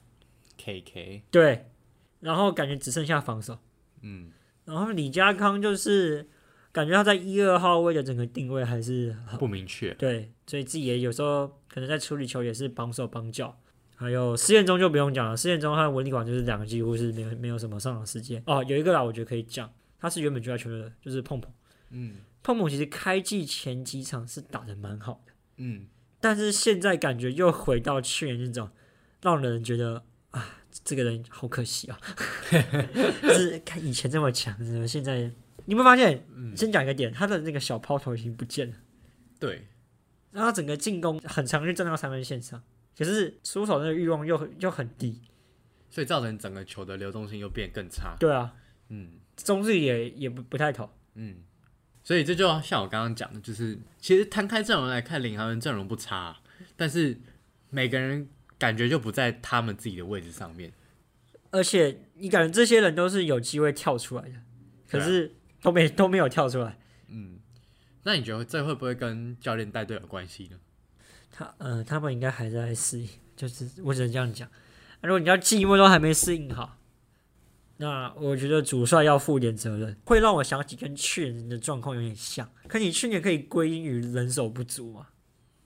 K K， 对，然后感觉只剩下防守。 嗯， 然后李家康就是感觉他在一二号位的整个定位还是不明确， 对，所以自己也有时候可能在处理球也是帮手帮教。还有施彦中就不用讲了，施彦中和文理广就是两个几乎是没有没有什么上场时间哦。有一个啦，我觉得可以讲，他是原本就在球队的，就是碰碰。 嗯， 碰碰其实开季前几场是打得蛮好的， 嗯，但是现在感觉又回到去年那种，让人觉得啊，这个人好可惜啊，就是看以前这么强，怎么现在？你有没有发现？嗯、先讲一个点，他的那个小抛投已经不见了， 对， 然后整个进攻很常去站到三分线上。可是出手那个欲望又又很低， 所以造成整个球的流动性又变更差。 对啊， 嗯， 中距也也不不太投， 嗯，所以这就像我刚刚讲的，就是其实摊开阵容来看，领航员阵容不差、啊，但是每个人感觉就不在他们自己的位置上面， 而且你感觉这些人都是有机会跳出来的，可是都没、啊、都没有跳出来。 嗯，那你觉得这会不会跟教练带队有关系呢？ 他呃，他们应该还在适应，就是我只能这样讲。如果你要季末都还没适应好，那我觉得主帅要负点责任，会让我想起跟去年的状况有点像。可你去年可以归因于人手不足嘛？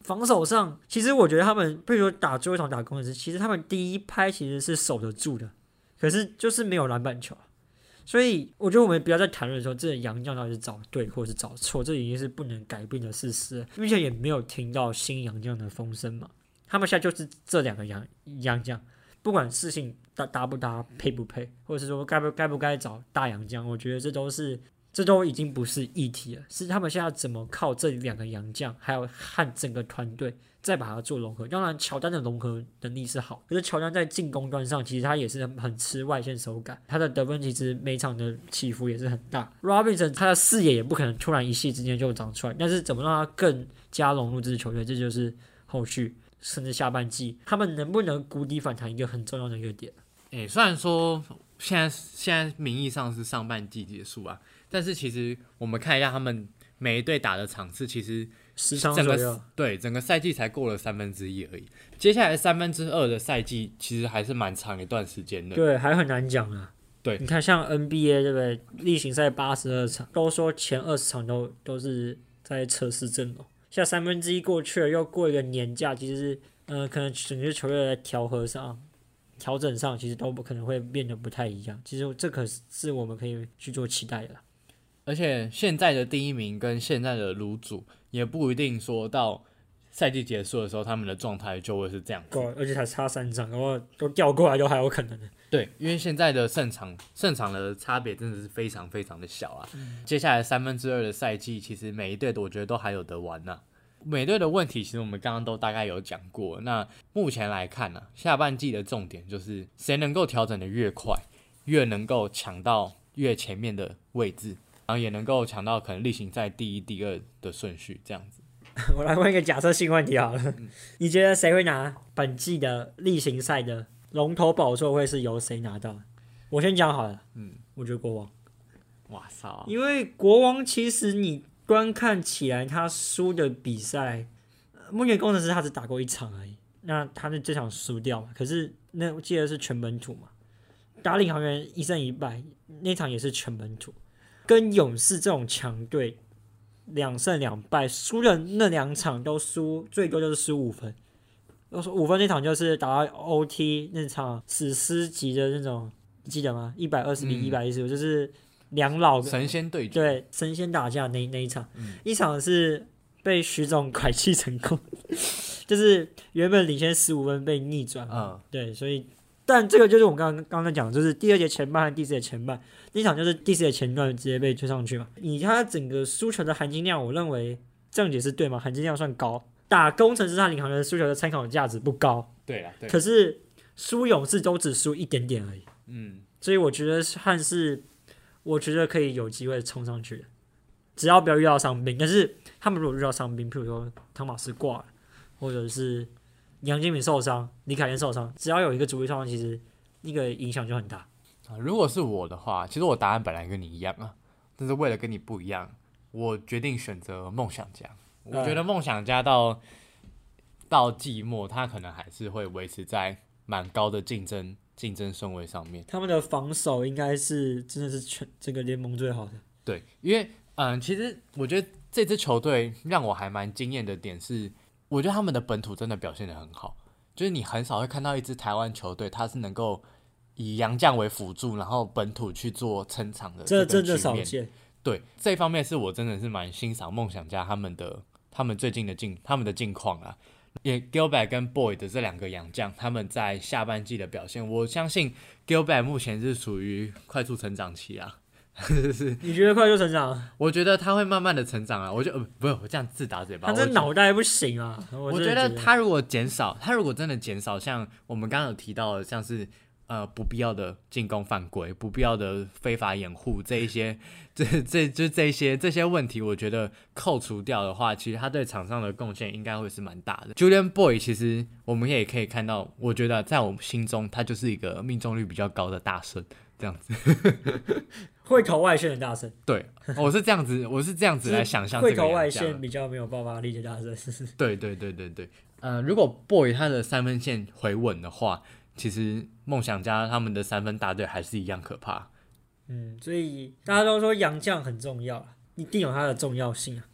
防守上，其实我觉得他们，比如说打最后一场打工程师，其实他们第一拍其实是守得住的，可是就是没有篮板球。所以我觉得我们不要在谈论说这洋将到底是找对或是找错，这已经是不能改变的事实了，并且也没有听到新洋将的风声嘛。他们现在就是这两个洋洋将，不管事情搭搭不搭、配不配，或者是说该不该不该找大洋将，我觉得这都是这都已经不是议题了，是他们现在怎么靠这两个洋将，还有和整个团队再把它做融合。当然，乔丹的融合能力是好，可是乔丹在进攻端上，其实他也是很吃外线手感，他的得分其实每场的起伏也是很大。Robinson 他的视野也不可能突然一夕之间就长出来，但是怎么让他更加融入这支球队，这就是后续甚至下半季他们能不能谷底反弹一个很重要的一个点。 诶，虽然说现在现在名义上是上半季结束啊，但是其实我们看一下他们每一队打的场次，其实十场左右， 对，整个赛季才过了三分之一而已。接下来三分之二的赛季其实还是蛮长一段时间的。 对，还很难讲啊。 对， 你看像 N B A 对不对？例行赛八十二场，都说前二十场都都是在测试阵容。现在三分之一过去了，又过一个年假，其实呃，可能整支球队在调和上、调整上，其实都不可能会变得不太一样。其实这可是我们可以去做期待的。 而且现在的第一名跟现在的卤主也不一定说到赛季结束的时候，他们的状态就会是这样子。 而且才差三场，然后都调过来都还有可能的。 对，因为现在的胜场胜场的差别真的是非常非常的小啊。嗯、接下来三分之二的赛季，其实每一队我觉得都还有得玩呐、啊。每队的问题，其实我们刚刚都大概有讲过。那目前来看呢、啊，下半季的重点就是谁能够调整的越快，越能够抢到越前面的位置。然后也能够抢到可能例行赛第一、第二的顺序这样子。 我来问一个假设性问题好了，嗯、你觉得谁会拿本季的例行赛的龙头宝座会是由谁拿到？我先讲好了，嗯，我觉得国王。 哇操！ 因为国王其实你观看起来他输的比赛，目前工程师他只打过一场而已，那他是这场输掉嘛？可是那我记得是全本土嘛，打领航员一胜一败，那场也是全本土。跟勇士这种强队两胜两败，输的那两场都输，最多就是输五分。五分那场就是打到 O T 那场史诗级的那种，你记得吗？一百二十比一百一十五，就是两老神仙对决， 对神仙打架那那一场，嗯、一场是被徐总拐气成功，就是原本领先十五分被逆转，嗯、对，所以。但这个就是我们刚刚刚才讲的，就是第二节前半和第四节前半那场，就是第四节前段直接被追上去嘛。以他整个输球的含金量，我认为这样解释对吗？含金量算高。打工程师和领航员输球的参考价值不高， 对啦，对。 可是输勇士都只输一点点而已，嗯。所以我觉得汉是，我觉得可以有机会冲上去的，只要不要遇到伤兵。但是他们如果遇到伤兵，譬如说汤马斯挂了，或者是杨金敏受伤，李凯燕受伤，只要有一个主力受伤，其实那个影响就很大、 啊。如果是我的话，其实我答案本来跟你一样啊，但是为了跟你不一样，我决定选择梦想家。我觉得梦想家到、嗯、到季末，他可能还是会维持在蛮高的竞争竞争顺位上面。 他们的防守应该是真的是全这个联盟最好的。 对，因为嗯，其实我觉得这支球队让我还蛮惊艳的点是。我觉得他们的本土真的表现得很好，就是你很少会看到一支台湾球队，它是能够以洋将为辅助，然后本土去做撑场的， 这真的少见。 对，这方面是我真的是蛮欣赏梦想家他们的，他们最近的近他们的近况啊。也 Gilbert 跟 Boyd 的这两个洋将，他们在下半季的表现，我相信 Gilbert 目前是属于快速成长期啊。 你觉得快速成长？ 我觉得他会慢慢的成长啊！我就、呃、不是我这样自打嘴巴。 他这脑袋不行啊！ 我觉, 我觉得他如果减少，他如果真的减少，像我们刚刚有提到的，像是呃不必要的进攻犯规、不必要的非法掩护这一些，这这就这一些这些问题，我觉得扣除掉的话，其实他对场上的贡献应该会是蛮大的。Julian Boyd 其实我们也可以看到，我觉得在我们心中，他就是一个命中率比较高的大神。这样子会投外线的大神， 对，我是这样子，我是这样子来想象这个。 会投外线比较没有爆发力的大神。 对对对对对，呃，如果 Boy 他的三分线回稳的话，其实梦想家他们的三分大队还是一样可怕。 嗯，所以大家都说洋将很重要，一定有它的重要性啊。可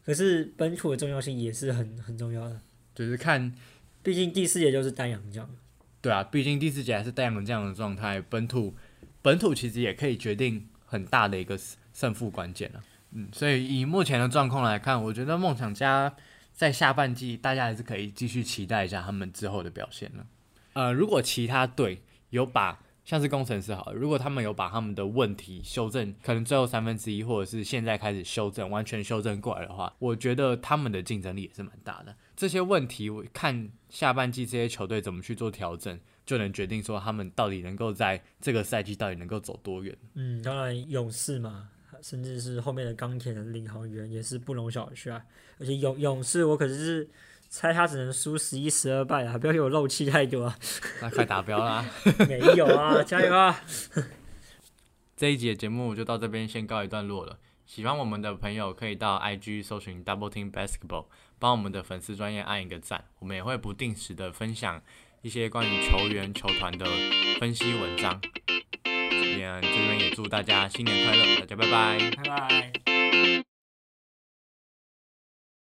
可是本土的重要性也是很很重要的， 就是看， 毕竟第四节就是单洋将。 对啊，毕竟第四节还是单洋将的状态，本土本土其实也可以决定很大的一个胜负关键了。嗯，所以以目前的状况来看，我觉得梦想家在下半季大家还是可以继续期待一下他们之后的表现了。呃，如果其他队有把像是工程师好了，如果他们有把他们的问题修正，可能最后三分之一，或者是现在开始修正，完全修正过来的话，我觉得他们的竞争力也是蛮大的。这些问题，我看下半季这些球队怎么去做调整，就能决定说他们到底能够在这个赛季到底能够走多远。 嗯，当然勇士嘛，甚至是后面的钢铁的领航员也是不容小觑啊。而且勇勇士，我可是猜他只能输十一十二败啊，不要给我漏气太多啊。 那快达标啦！ 没有啊，加油啊！ 这一集的节目就到这边先告一段落了。喜欢我们的朋友可以到 I G 搜寻 Double Team Basketball， 帮我们的粉丝专页按一个赞。我们也会不定时的分享一些关于球员、球团的分析文章。这边这边也祝大家新年快乐，大家拜拜， 拜拜。